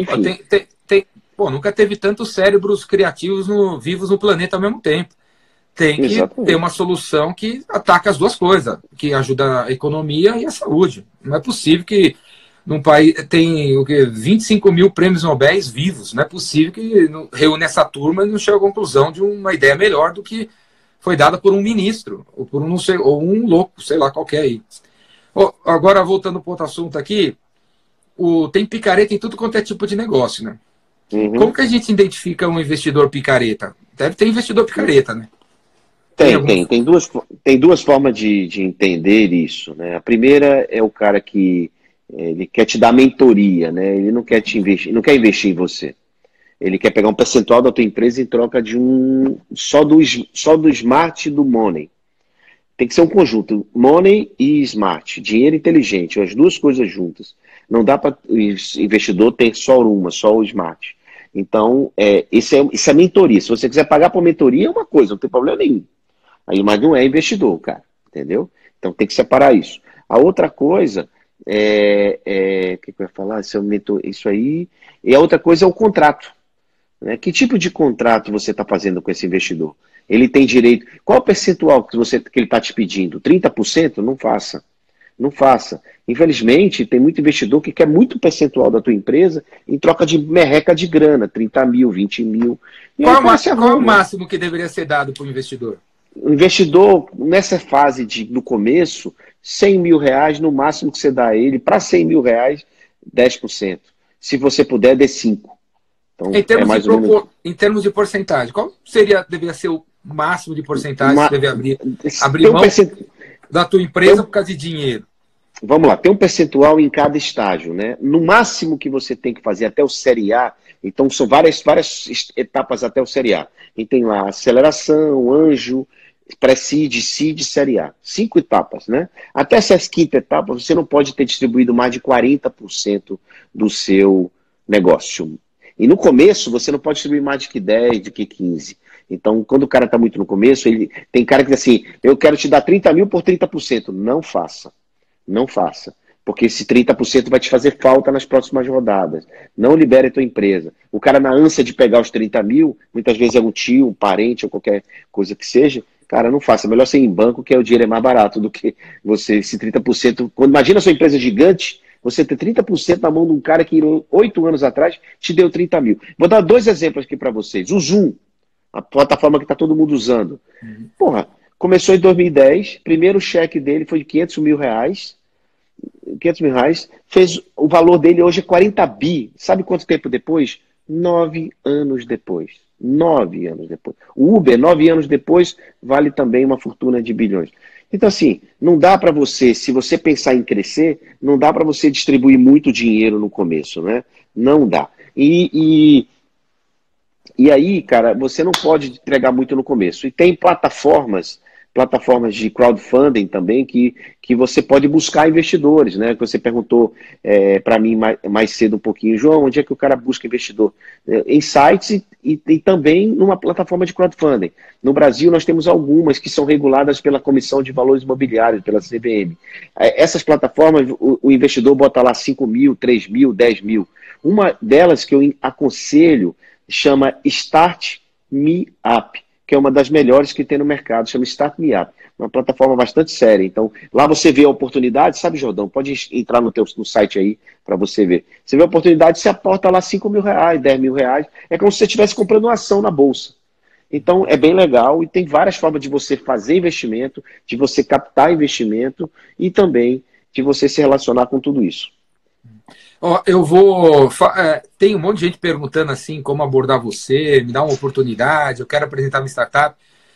nunca teve tantos cérebros criativos vivos no planeta ao mesmo tempo. Tem que Exatamente. ter uma solução que ataca as duas coisas, que ajuda a economia e a saúde. Não é possível que num país tem 25 mil prêmios Nobel vivos. Não é possível que reúne essa turma e não chegue à conclusão de uma ideia melhor do que foi dada por um ministro, ou por ou um louco, sei lá, qualquer aí. Agora, voltando para outro assunto aqui, tem picareta em tudo quanto é tipo de negócio, né? Uhum. Como que a gente identifica um investidor picareta? Deve ter investidor picareta, né? Tem duas formas de entender isso, né? A primeira é o cara que ele quer te dar mentoria, né? Ele não quer te investir, não quer investir em você. Ele quer pegar um percentual da tua empresa em troca de só do smart e do money. Tem que ser um conjunto, money e smart, dinheiro inteligente, as duas coisas juntas. Não dá para o investidor ter só o smart. Então, isso é mentoria. Se você quiser pagar por mentoria, é uma coisa, não tem problema nenhum. Mas não é investidor, cara, entendeu? Então tem que separar isso. A outra coisa o que eu ia falar? Isso aí. E a outra coisa é o contrato. Né? Que tipo de contrato você está fazendo com esse investidor? Ele tem direito. Qual o percentual que ele está te pedindo? 30%? Não faça. Não faça. Infelizmente, tem muito investidor que quer muito percentual da tua empresa em troca de merreca de grana, 30 mil, 20 mil. Qual é o máximo que deveria ser dado para o investidor? O investidor, nessa fase no começo, 100 mil reais, no máximo que você dá a ele, para 100 mil reais, 10%. Se você puder, dê 5%. Então, em termos de porcentagem, qual deveria ser o máximo de porcentagem que você deve abrir mão da tua empresa por causa de dinheiro? Vamos lá, tem um percentual em cada estágio, né? No máximo que você tem que fazer até o Série A, então são várias etapas até o Série A. E tem lá aceleração, anjo, pré-seed, seed, Série A. 5 etapas, né? Até essa 5ª etapa, você não pode ter distribuído mais de 40% do seu negócio. E no começo, você não pode distribuir mais de que 10%, de que 15%. Então, quando o cara está muito no começo, tem cara que diz assim, eu quero te dar 30 mil por 30%. Não faça. Não faça. Porque esse 30% vai te fazer falta nas próximas rodadas. Não libere a tua empresa. O cara, na ânsia de pegar os 30 mil, muitas vezes é um tio, um parente ou qualquer coisa que seja, cara, não faça. É melhor ser em banco, que o dinheiro é mais barato do que você, esse 30%. Imagina a sua empresa gigante, você ter 30% na mão de um cara que 8 anos atrás te deu 30 mil. Vou dar 2 exemplos aqui para vocês. O Zoom, a plataforma que está todo mundo usando. Porra, começou em 2010, primeiro cheque dele foi de 500 mil reais, o valor dele hoje é 40 bi. Sabe quanto tempo depois? 9 anos depois. 9 anos depois. O Uber, 9 anos depois, vale também uma fortuna de bilhões. Então, assim, não dá para você, se você pensar em crescer, não dá para você distribuir muito dinheiro no começo, né? Não dá. E aí, cara, você não pode entregar muito no começo. E tem plataformas de crowdfunding também, que você pode buscar investidores, né? Que você perguntou para mim mais cedo um pouquinho, João, onde é que o cara busca investidor? Em sites e também numa plataforma de crowdfunding. No Brasil, nós temos algumas que são reguladas pela Comissão de Valores Imobiliários, pela CVM. Essas plataformas, o investidor bota lá 5 mil, 3 mil, 10 mil. Uma delas que eu aconselho chama Start Me Up, que é uma das melhores que tem no mercado, chama Start Me Up, uma plataforma bastante séria. Então, lá você vê a oportunidade, sabe, Jordão? Pode entrar no site aí para você ver. Você vê a oportunidade, você aporta lá 5 mil reais, 10 mil reais, é como se você estivesse comprando uma ação na bolsa. Então, é bem legal e tem várias formas de você fazer investimento, de você captar investimento e também de você se relacionar com tudo isso. Ó, eu vou. Tem um monte de gente perguntando assim como abordar você, me dá uma oportunidade, eu quero apresentar minha startup.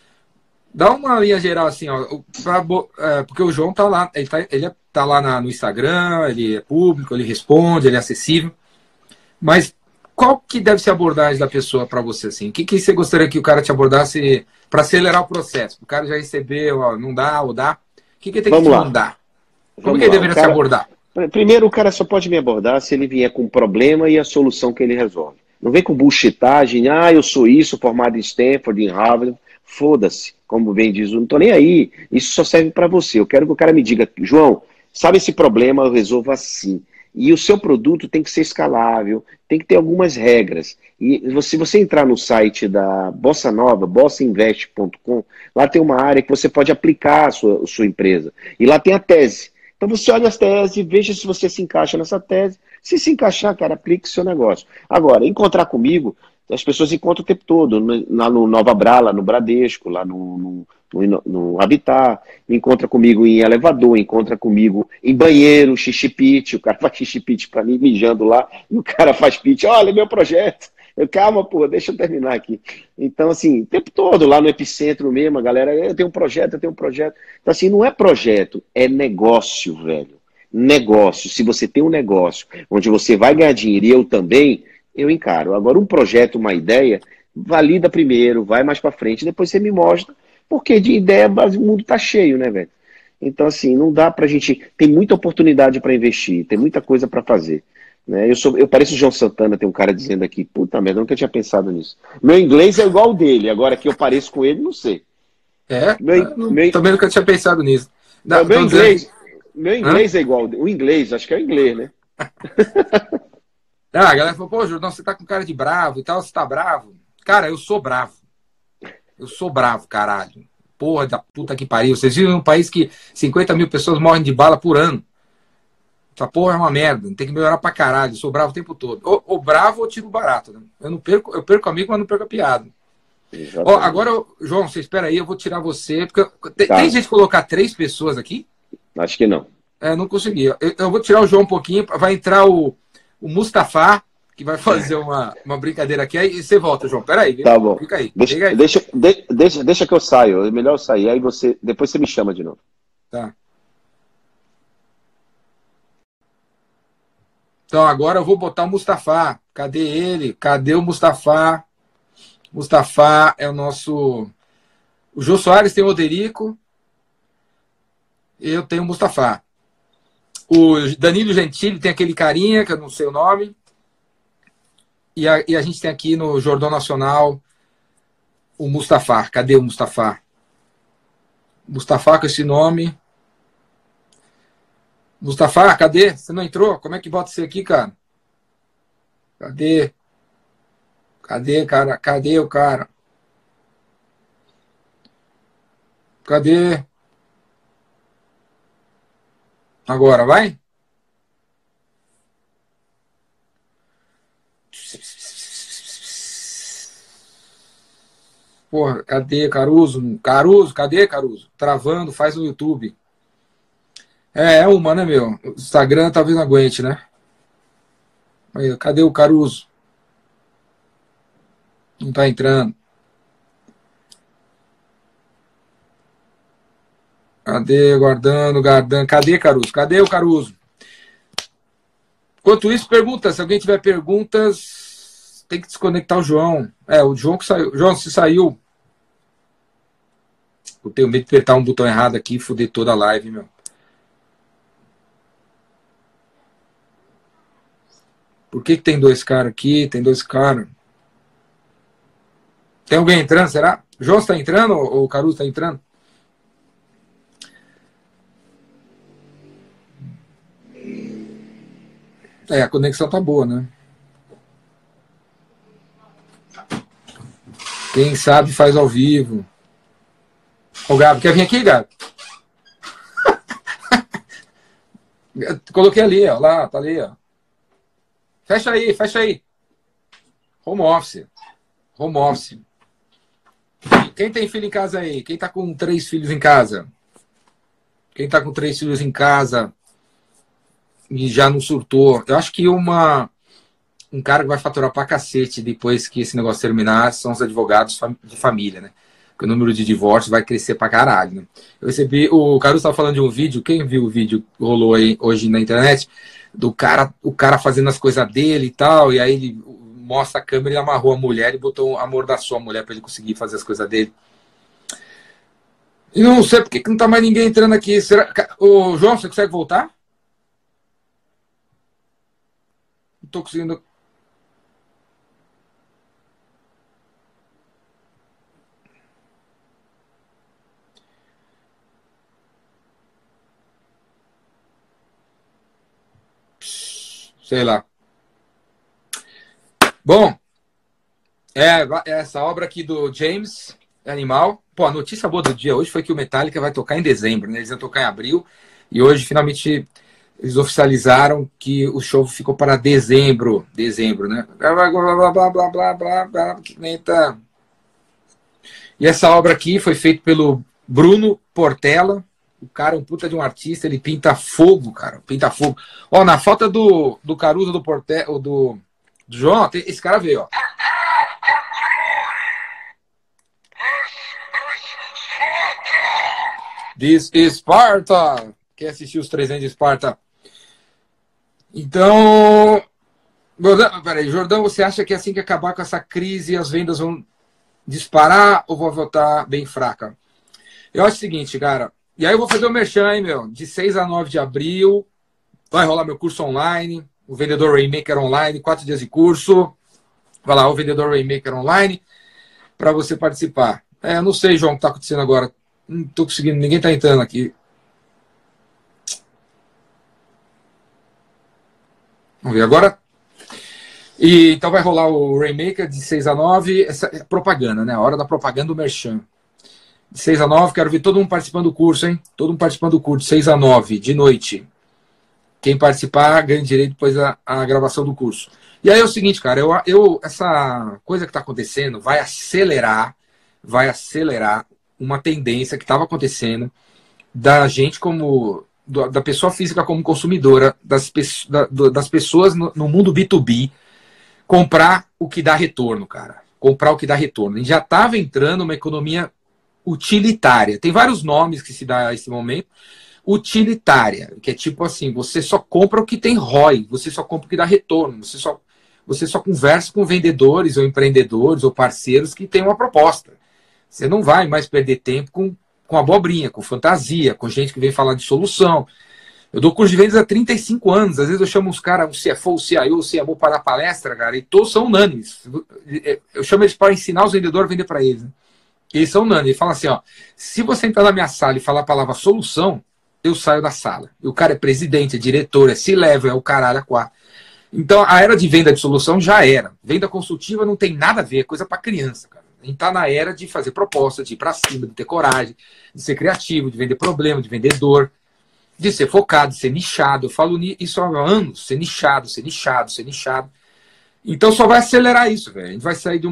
Dá uma linha geral assim, ó, porque o João tá lá, ele tá lá no Instagram, ele é público, ele responde, ele é acessível. Mas qual que deve ser a abordagem da pessoa para você assim? O que você gostaria que o cara te abordasse para acelerar o processo? O cara já recebeu, ó, não dá ou dá. O que tem que te mandar? Como que ele deveria se abordar? Primeiro, o cara só pode me abordar se ele vier com um problema e a solução que ele resolve. Não vem com bullshitagem, eu sou isso, formado em Stanford, em Harvard. Foda-se, como bem diz, eu não tô nem aí. Isso só serve para você. Eu quero que o cara me diga, João, sabe esse problema, eu resolvo assim. E o seu produto tem que ser escalável, tem que ter algumas regras. E se você entrar no site da Bossa Nova, bossainvest.com, lá tem uma área que você pode aplicar a sua empresa. E lá tem a tese. Então você olha as teses e veja se você se encaixa nessa tese. Se encaixar, cara, aplique o seu negócio. Agora, encontrar comigo, as pessoas encontram o tempo todo, lá no Nova Brala, no Bradesco, lá no Habitat, encontra comigo em elevador, encontra comigo em banheiro, xixi-pit, o cara faz xixi-pit para mim, mijando lá, e o cara faz pit, olha meu projeto. Calma, pô, deixa eu terminar aqui. Então, assim, o tempo todo, lá no Epicentro mesmo, a galera, eu tenho um projeto. Então, assim, não é projeto, é negócio, velho. Negócio. Se você tem um negócio onde você vai ganhar dinheiro e eu também, eu encaro. Agora, um projeto, uma ideia, valida primeiro, vai mais para frente, depois você me mostra, porque de ideia o mundo tá cheio, né, velho? Então, assim, não dá pra gente. Tem muita oportunidade para investir, tem muita coisa para fazer. Né? Eu pareço o João Santana, tem um cara dizendo aqui, puta merda, eu nunca tinha pensado nisso. Meu inglês é igual ao dele, agora que eu pareço com ele, não sei. Também nunca tinha pensado nisso. Meu inglês é igual, o inglês, acho que é o inglês, né? A galera falou, pô, Jordão, você tá com cara de bravo e tal, você tá bravo? Cara, eu sou bravo. Eu sou bravo, caralho. Porra da puta que pariu. Vocês vivem num país que 50 mil pessoas morrem de bala por ano. Essa porra é uma merda, tem que melhorar pra caralho. Eu sou bravo o tempo todo. Ou bravo ou tiro barato. Né? Eu perco amigo, mas não perco a piada. Ó, agora, João, você espera aí, eu vou tirar você. Porque tem gente colocar 3 pessoas aqui? Acho que não. Não consegui. Eu vou tirar o João um pouquinho, vai entrar o Mustafa, que vai fazer uma brincadeira aqui, aí você volta, João. Pera aí, tá bom. Fica aí. Deixa que eu saio, é melhor eu sair, aí depois você me chama de novo. Tá. Então agora eu vou botar o Mustafa. Cadê ele? Cadê o Mustafa? Mustafa é o nosso... O Jô Soares tem o Oderico. Eu tenho o Mustafa. O Danilo Gentili tem aquele carinha, que eu não sei o nome. E a gente tem aqui no Jordão Nacional o Mustafa. Cadê o Mustafa? Mustafa com esse nome. Mustafa, cadê? Você não entrou? Como é que bota você aqui, cara? Cadê? Cadê, cara? Cadê o cara? Cadê? Agora, vai? Porra, cadê Caruso? Caruso, cadê Caruso? Travando, faz no YouTube. É uma, né, meu? O Instagram talvez não aguente, né? Aí, cadê o Caruso? Não tá entrando. Cadê? Guardando. Cadê, Caruso? Cadê o Caruso? Enquanto isso, pergunta. Se alguém tiver perguntas, tem que desconectar o João. O João que saiu. João, se saiu. Eu tenho medo de apertar um botão errado aqui e foder toda a live, meu. Por que tem dois caras aqui? Tem dois caras. Tem alguém entrando, será? O João está entrando ou o Caruso está entrando? A conexão tá boa, né? Quem sabe faz ao vivo. Ô, Gabi, quer vir aqui, Gabi? Coloquei ali, ó. Lá, tá ali, ó. Fecha aí, fecha aí. Home office. Home office. Quem tem filho em casa aí? Quem tá com 3 filhos em casa? Quem tá com 3 filhos em casa e já não surtou? Eu acho que um cara que vai faturar pra cacete depois que esse negócio terminar são os advogados de família, né? Porque o número de divórcios vai crescer pra caralho, né? Eu recebi... O Caruso estava falando de um vídeo. Quem viu o vídeo que rolou aí hoje na internet? O cara fazendo as coisas dele e tal, e aí ele mostra a câmera e amarrou a mulher e botou amordaçou a mulher para ele conseguir fazer as coisas dele. E não sei porque que não tá mais ninguém entrando aqui. Será... Ô, João, você consegue voltar? Não tô conseguindo... Sei lá. Bom, essa obra aqui do James Animal. Pô, a notícia boa do dia hoje foi que o Metallica vai tocar em dezembro, né? Eles iam tocar em abril e hoje finalmente eles oficializaram que o show ficou para dezembro. Dezembro, né? Blá, blá, blá, blá, blá, blá, blá, blá, e essa obra aqui foi feita pelo Bruno Portela. O cara é um puta de um artista, ele pinta fogo, cara. Pinta fogo. Ó, na foto do Caruso, do Portela, do João, esse cara veio, ó. This is Sparta. Quer assistir os 300 de Esparta? Então... Jordão, você acha que assim que acabar com essa crise, as vendas vão disparar ou vão voltar bem fraca? Eu acho o seguinte, cara... E aí eu vou fazer o merchan, hein, meu? De 6 a 9 de abril, vai rolar meu curso online, o Vendedor Rainmaker Online, 4 dias de curso. Vai lá, o Vendedor Rainmaker Online, para você participar. Eu não sei, João, o que está acontecendo agora. Não estou conseguindo, ninguém está entrando aqui. Vamos ver agora. E, então vai rolar o Rainmaker de 6 a 9, essa é propaganda, né? A hora da propaganda do merchan. De 6 a 9, quero ver todo mundo participando do curso, hein? Todo mundo participando do curso, 6 a 9, de noite. Quem participar ganha direito depois a gravação do curso. E aí é o seguinte, cara, essa coisa que está acontecendo vai acelerar uma tendência que estava acontecendo da gente da pessoa física como consumidora, das pessoas no mundo B2B, comprar o que dá retorno, cara. Comprar o que dá retorno. A gente já estava entrando numa economia utilitária. Tem vários nomes que se dá a esse momento. Utilitária, que é tipo assim, você só compra o que tem ROI, você só compra o que dá retorno, você só conversa com vendedores ou empreendedores ou parceiros que têm uma proposta. Você não vai mais perder tempo com abobrinha, com fantasia, com gente que vem falar de solução. Eu dou curso de vendas há 35 anos, às vezes eu chamo uns caras, um CFO, um CIO, um CMO para dar palestra, cara, e todos são unânimes. Eu chamo eles para ensinar os vendedores a vender para eles, né? Eles são unânimes. Ele fala assim, ó, se você entrar na minha sala e falar a palavra solução, eu saio da sala. E o cara é presidente, é diretor, é C-level, é o caralho a quatro. Então, a era de venda de solução já era. Venda consultiva não tem nada a ver, é coisa para criança, cara. A gente tá na era de fazer proposta, de ir para cima, de ter coragem, de ser criativo, de vender problema, de vender dor, de ser focado, de ser nichado. Eu falo isso há anos, ser nichado, ser nichado, ser nichado. Então, só vai acelerar isso, velho. A gente vai sair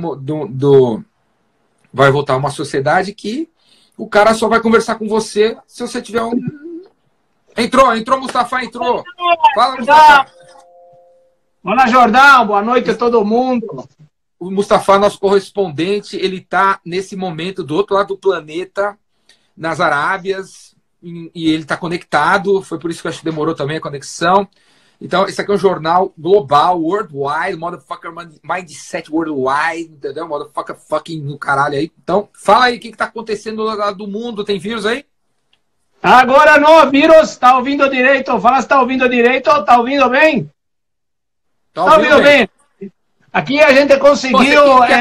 vai voltar a uma sociedade que o cara só vai conversar com você se você tiver um... Entrou, Mustafa, entrou. Fala, Mustafa. Olá, Jordão, boa noite a todo mundo. O Mustafa, nosso correspondente, ele está nesse momento do outro lado do planeta, nas Arábias, e ele está conectado, foi por isso que eu acho que demorou também a conexão. Então, esse aqui é um jornal global, worldwide, motherfucker mindset worldwide, entendeu? Motherfucker fucking no caralho aí. Então, fala aí o que está acontecendo lá do mundo, tem vírus aí? Agora não, vírus, tá ouvindo direito? Fala se tá ouvindo direito, tá ouvindo bem? Tá ouvindo bem. Aqui a gente conseguiu...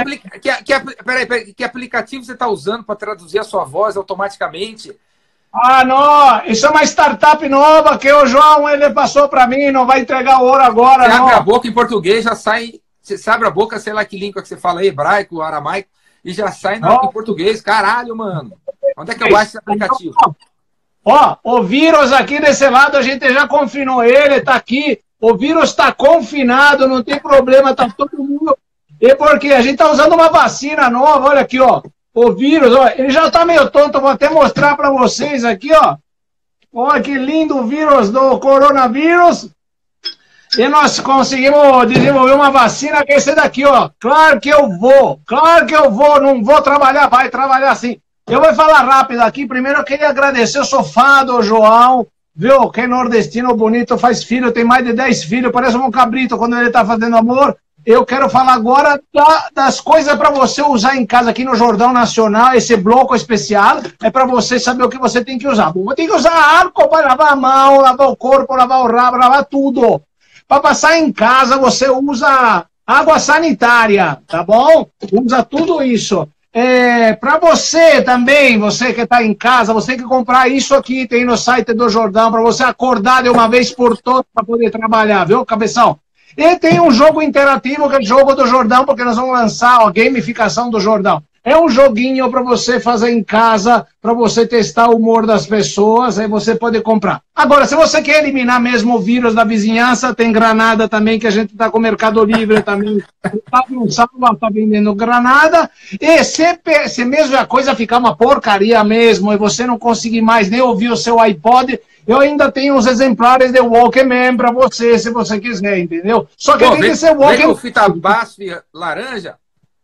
Peraí, que aplicativo você está usando para traduzir a sua voz automaticamente? Ah, não, isso é uma startup nova que o João, ele passou para mim, não vai entregar o ouro agora, Você não. abre a boca em português, já sai... Você abre a boca, sei lá que língua que você fala aí, hebraico, aramaico, e já sai em português. Caralho, mano. Onde é que eu baixo esse aplicativo? Ó, o vírus aqui desse lado, a gente já confinou ele, tá aqui. O vírus está confinado, não tem problema, tá todo mundo... E porque a gente tá usando uma vacina nova, olha aqui, ó. O vírus, ó, ele já tá meio tonto, vou até mostrar para vocês aqui, ó. Olha que lindo o vírus do coronavírus. E nós conseguimos desenvolver uma vacina que é esse daqui, ó. Claro que eu vou, não vou trabalhar, vai trabalhar sim. Eu vou falar rápido aqui. Primeiro eu queria agradecer, eu sou fã do João, viu? Que nordestino bonito, faz filho, tem mais de 10 filhos, parece um cabrito quando ele tá fazendo amor. Eu quero falar agora das coisas para você usar em casa aqui no Jordão Nacional. Esse bloco especial é para você saber o que você tem que usar. Bom, tem que usar álcool para lavar a mão, lavar o corpo, lavar o rabo, lavar tudo. Para passar em casa, você usa água sanitária, tá bom? Usa tudo isso. Para você também, você que está em casa, você tem que comprar isso aqui, tem no site do Jordão, para você acordar de uma vez por todas para poder trabalhar, viu, cabeção? E tem um jogo interativo, que é o jogo do Jordão, porque nós vamos lançar a gamificação do Jordão. É um joguinho para você fazer em casa, para você testar o humor das pessoas, aí você pode comprar. Agora, se você quer eliminar mesmo o vírus da vizinhança, tem granada também, que a gente está com o Mercado Livre também. Está vendendo granada. E se mesmo a coisa ficar uma porcaria mesmo, e você não conseguir mais nem ouvir o seu iPod, eu ainda tenho uns exemplares de Walkman para você, se você quiser, entendeu? Só que tem que ser Walkman. Vem com fita BASF laranja?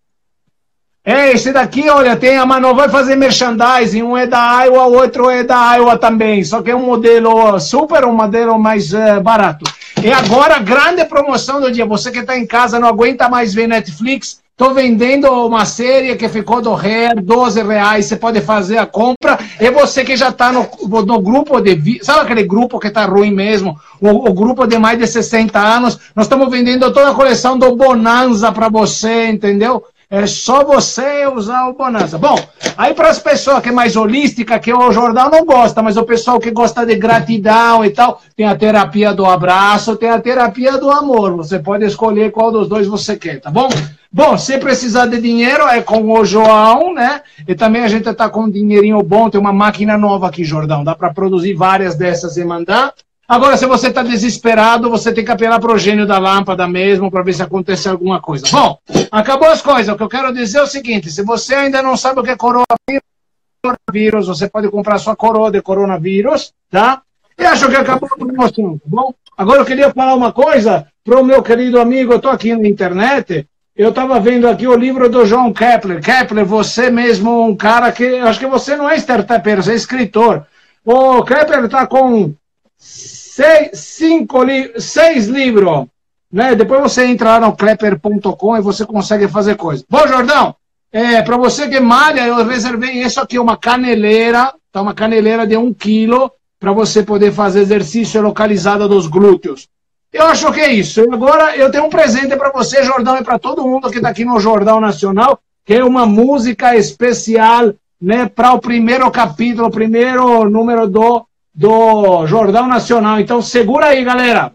Esse daqui, olha, tem a Mano, vai fazer merchandising, um é da Iowa, o outro é da Iowa também, só que é um modelo super, um modelo mais barato. E agora, grande promoção do dia, você que está em casa, não aguenta mais ver Netflix, estou vendendo uma série que ficou do Hair, R$12, você pode fazer a compra, e você que já está no grupo de... Sabe aquele grupo que está ruim mesmo? O grupo de mais de 60 anos, nós estamos vendendo toda a coleção do Bonanza para você, entendeu? É só você usar o Bonanza. Bom, aí para as pessoas que é mais holística, que o Jordão não gosta, mas o pessoal que gosta de gratidão e tal, tem a terapia do abraço, tem a terapia do amor. Você pode escolher qual dos dois você quer, tá bom? Bom, se precisar de dinheiro, é com o João, né? E também a gente tá com um dinheirinho bom, tem uma máquina nova aqui, Jordão. Dá para produzir várias dessas e mandar. Agora, se você está desesperado, você tem que apelar para o gênio da lâmpada mesmo, para ver se acontece alguma coisa. Bom, acabou as coisas. O que eu quero dizer é o seguinte, se você ainda não sabe o que é coronavírus, você pode comprar sua coroa de coronavírus, tá? E acho que acabou a promoção, tá bom? Agora eu queria falar uma coisa para o meu querido amigo, eu estou aqui na internet, eu estava vendo aqui o livro do João Kepler. Kepler, você mesmo, um cara que, acho que você não é startupeiro, você é escritor. O Kepler está com 6 livros, né? Depois você entra lá no klepper.com e você consegue fazer coisa. Bom, Jordão, para você que malha, eu reservei isso aqui, uma caneleira, tá? Uma caneleira de 1 quilo, para você poder fazer exercício localizado dos glúteos. Eu acho que é isso. Agora eu tenho um presente para você, Jordão, e para todo mundo que está aqui no Jordão Nacional, que é uma música especial, né, para o primeiro capítulo, o primeiro número do Jordão Nacional. Então segura aí, galera.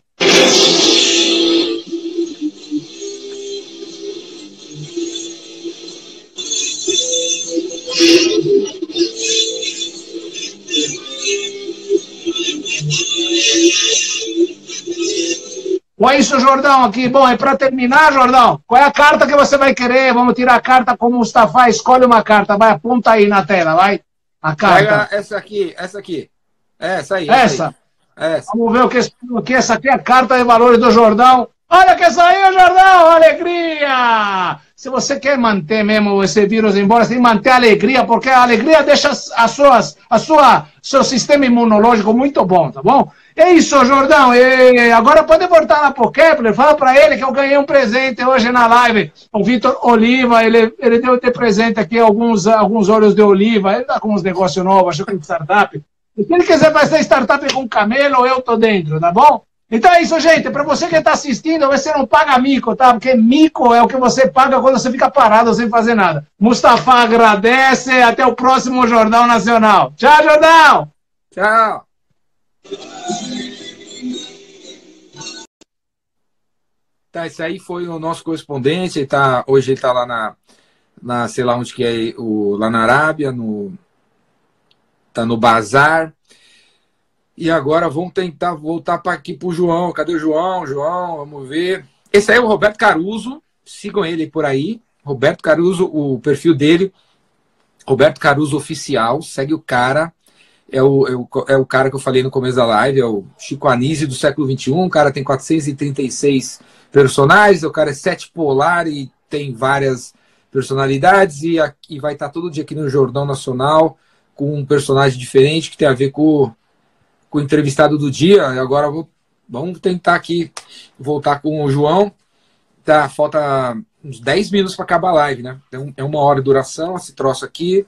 Qual é isso, Jordão, aqui? Bom, é para terminar, Jordão. Qual é a carta que você vai querer? Vamos tirar a carta com o Mustafa. Escolhe uma carta, vai, aponta aí na tela, vai. A carta. Pega essa aqui. Essa aí. Essa. Essa. Vamos ver o que essa aqui é a carta de valores do Jordão. Olha que saiu, Jordão, alegria! se você quer manter mesmo esse vírus embora, você tem que manter a alegria, porque a alegria deixa seu sistema imunológico muito bom, tá bom? É isso, Jordão. E agora pode voltar lá pro Kepler, fala para ele que eu ganhei um presente hoje na live. O Vitor Oliva, ele deu ter presente aqui alguns óleos de oliva, ele tá com uns negócios novos, acho que é startup. E se ele quiser fazer startup com camelo, eu tô dentro, tá bom? Então é isso, gente. Para você que está assistindo, você não paga mico, tá? Porque mico é o que você paga quando você fica parado sem fazer nada. Mustafa agradece. Até o próximo Jornal Nacional. Tchau, Jordão! Tchau! Tá, esse aí foi o nosso correspondente. Hoje ele está lá na sei lá onde que é, lá na Arábia, tá no bazar. E agora vamos tentar voltar aqui para o João. Cadê o João? João, vamos ver. Esse aí é o Roberto Caruso. Sigam ele por aí. Roberto Caruso, o perfil dele, Roberto Caruso Oficial. Segue o cara. É o cara que eu falei no começo da live. É o Chico Anísio do século XXI. O cara tem 436 personagens. O cara é 7 polar e tem várias personalidades. E vai estar todo dia aqui no Jornal Nacional com um personagem diferente que tem a ver com o entrevistado do dia. Agora vamos tentar aqui voltar com o João. Tá, falta uns 10 minutos para acabar a live, né? Então, é 1 hora de duração esse troço aqui.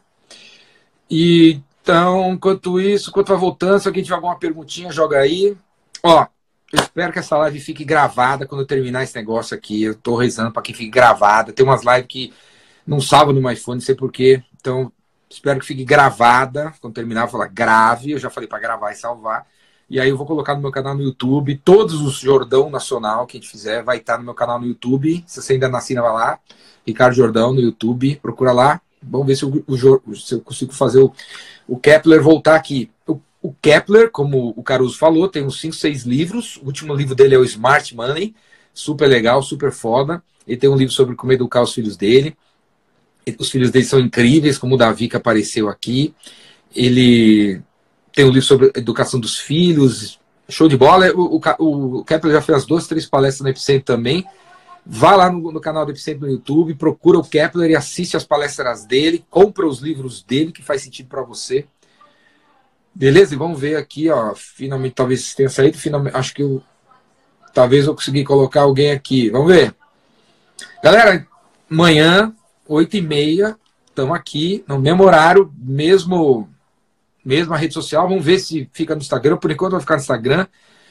E então, enquanto vai voltando, se alguém tiver alguma perguntinha, joga aí. Ó, eu espero que essa live fique gravada quando eu terminar esse negócio aqui. Eu tô rezando para que fique gravada. Tem umas lives que não salvam no meu iPhone, não sei porquê. Então, espero que fique gravada. Quando terminar, eu vou falar grave. Eu já falei para gravar e salvar. E aí eu vou colocar no meu canal no YouTube. Todos os Jordão Nacional que a gente fizer vai estar no meu canal no YouTube. Se você ainda não assina, vai lá. Ricardo Jordão no YouTube. Procura lá. Vamos ver se eu consigo fazer o Kepler voltar aqui. O Kepler, como o Caruso falou, tem uns 5, 6 livros. O último livro dele é o Smart Money. Super legal, super foda. Ele tem um livro sobre como educar os filhos dele. Os filhos dele são incríveis, como o Davi que apareceu aqui. Ele tem um livro sobre educação dos filhos. Show de bola. O Kepler já fez 2, 3 palestras no Epicentro também. Vá lá no canal do Epicentro no YouTube, procura o Kepler e assiste as palestras dele. Compra os livros dele, que faz sentido para você. Beleza? E vamos ver aqui, ó. Finalmente, talvez tenha saído. Finalmente, acho que talvez eu consegui colocar alguém aqui. Vamos ver. Galera, amanhã 8h30, estamos aqui, no mesmo horário, mesma rede social. Vamos ver se fica no Instagram. Por enquanto vai ficar no Instagram.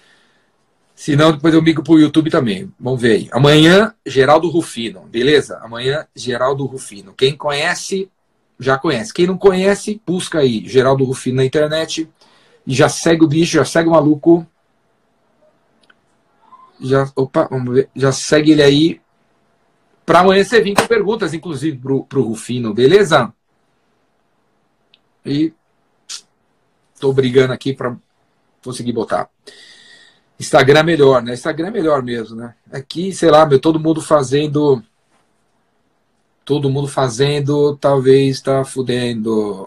Se não, depois eu migo para o YouTube também. Vamos ver aí. Amanhã, Geraldo Rufino. Beleza? Amanhã, Geraldo Rufino. Quem conhece, já conhece. Quem não conhece, busca aí Geraldo Rufino na internet. E já segue o bicho, já segue o maluco. Vamos ver. Já segue ele aí. Para amanhã você vir com perguntas, inclusive, pro Rufino, beleza? E tô brigando aqui para conseguir botar. Instagram é melhor, né? Instagram é melhor mesmo, né? Aqui, sei lá, todo mundo fazendo, talvez tá fudendo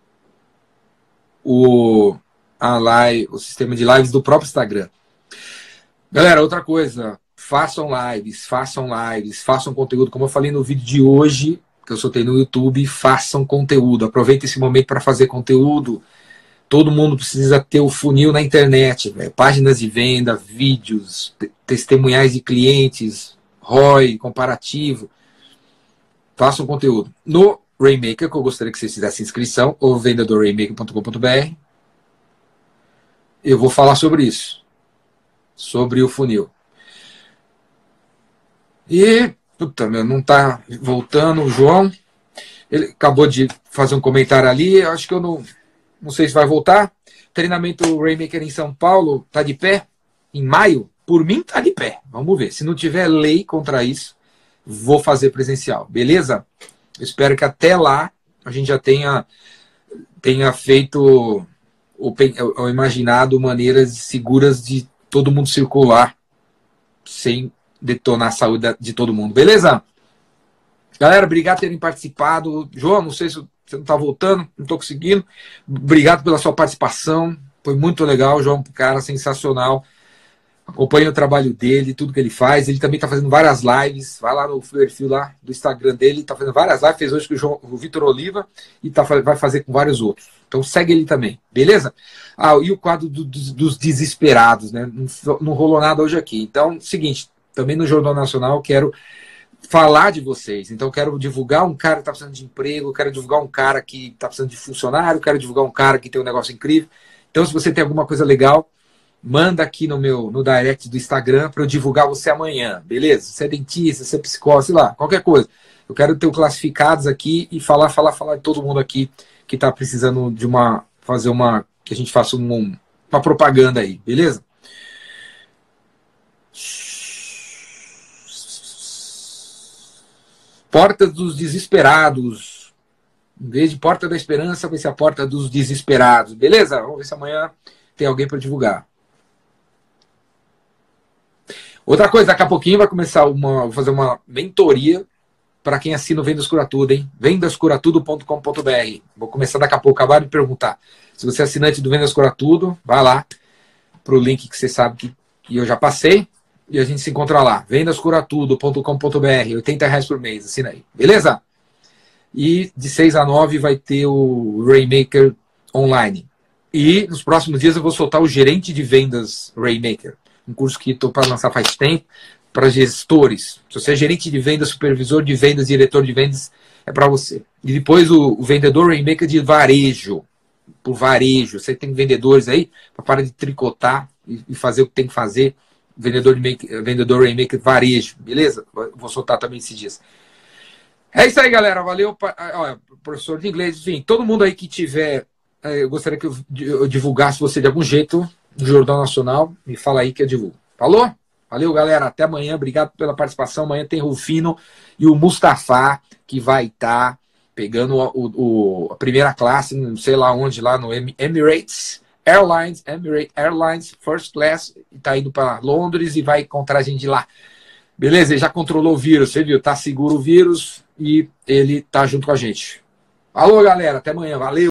o sistema de lives do próprio Instagram. Galera, outra coisa. Façam lives, façam conteúdo. Como eu falei no vídeo de hoje, que eu soltei no YouTube, façam conteúdo. Aproveita esse momento para fazer conteúdo. Todo mundo precisa ter o funil na internet, véio. Páginas de venda, vídeos, testemunhais de clientes, ROI, comparativo. Façam conteúdo. No Rainmaker, que eu gostaria que vocês fizessem inscrição, ou vendedorrainmaker.com.br, eu vou falar sobre isso. Sobre o funil. E, puta, meu, não tá voltando o João. Ele acabou de fazer um comentário ali. Eu acho que eu não sei se vai voltar. Treinamento Rainmaker em São Paulo tá de pé em maio. Por mim, tá de pé. Vamos ver. Se não tiver lei contra isso, vou fazer presencial. Beleza? Eu espero que até lá a gente já tenha feito ou imaginado maneiras seguras de todo mundo circular sem detonar a saúde de todo mundo. Beleza? Galera, obrigado por terem participado. João, não sei se você não está voltando, não estou conseguindo. Obrigado pela sua participação. Foi muito legal, João, cara sensacional. Acompanhe o trabalho dele, tudo que ele faz. Ele também está fazendo várias lives. Vai lá no perfil lá do Instagram dele. Está fazendo várias lives. Fez hoje com o Vitor Oliva e vai fazer com vários outros. Então segue ele também, beleza? E o quadro dos desesperados, né? Não rolou nada hoje aqui. Então, seguinte, também no Jornal Nacional eu quero falar de vocês. Então, eu quero divulgar um cara que está precisando de emprego, eu quero divulgar um cara que está precisando de funcionário, eu quero divulgar um cara que tem um negócio incrível. Então, se você tem alguma coisa legal, manda aqui no direct do Instagram para eu divulgar você amanhã, beleza? Se é dentista, se é psicólogo, sei lá, qualquer coisa. Eu quero ter classificados aqui e falar de todo mundo aqui que está precisando de que a gente faça uma propaganda aí, beleza? Porta dos desesperados. Em vez de porta da esperança, vai ser a porta dos desesperados, beleza? Vamos ver se amanhã tem alguém para divulgar. Outra coisa, daqui a pouquinho vai começar vou fazer uma mentoria para quem assina o Vendas Cura Tudo, hein? vendascuratudo.com.br. Vou começar daqui a pouco, acabar de perguntar. Se você é assinante do Vendas Cura Tudo, vai lá para o link que você sabe que eu já passei e a gente se encontra lá. vendascuratudo.com.br, R$80 por mês, assina aí, beleza? E de 6 a 9 vai ter o Rainmaker online. E nos próximos dias eu vou soltar o Gerente de Vendas Rainmaker. Um curso que estou para lançar faz tempo, para gestores. Se você é gerente de vendas, supervisor de vendas, diretor de vendas, é para você. E depois o vendedor Rainmaker de varejo. Por varejo. Você tem vendedores aí, para parar de tricotar e fazer o que tem que fazer. Vendedor Rainmaker varejo. Beleza? Vou soltar também esses dias. É isso aí, galera. Valeu. Professor de inglês. Enfim, todo mundo aí que tiver... Eu gostaria que eu divulgasse você de algum jeito no Jornal Nacional. Me fala aí que eu divulgo. Falou? Valeu, galera. Até amanhã. Obrigado pela participação. Amanhã tem Rufino e o Mustafa, que vai estar pegando a primeira classe, não sei lá onde, lá no Emirates Airlines First Class. E tá indo para Londres e vai encontrar a gente lá. Beleza? Ele já controlou o vírus. Você viu? Tá seguro o vírus e ele tá junto com a gente. Falou, galera. Até amanhã. Valeu.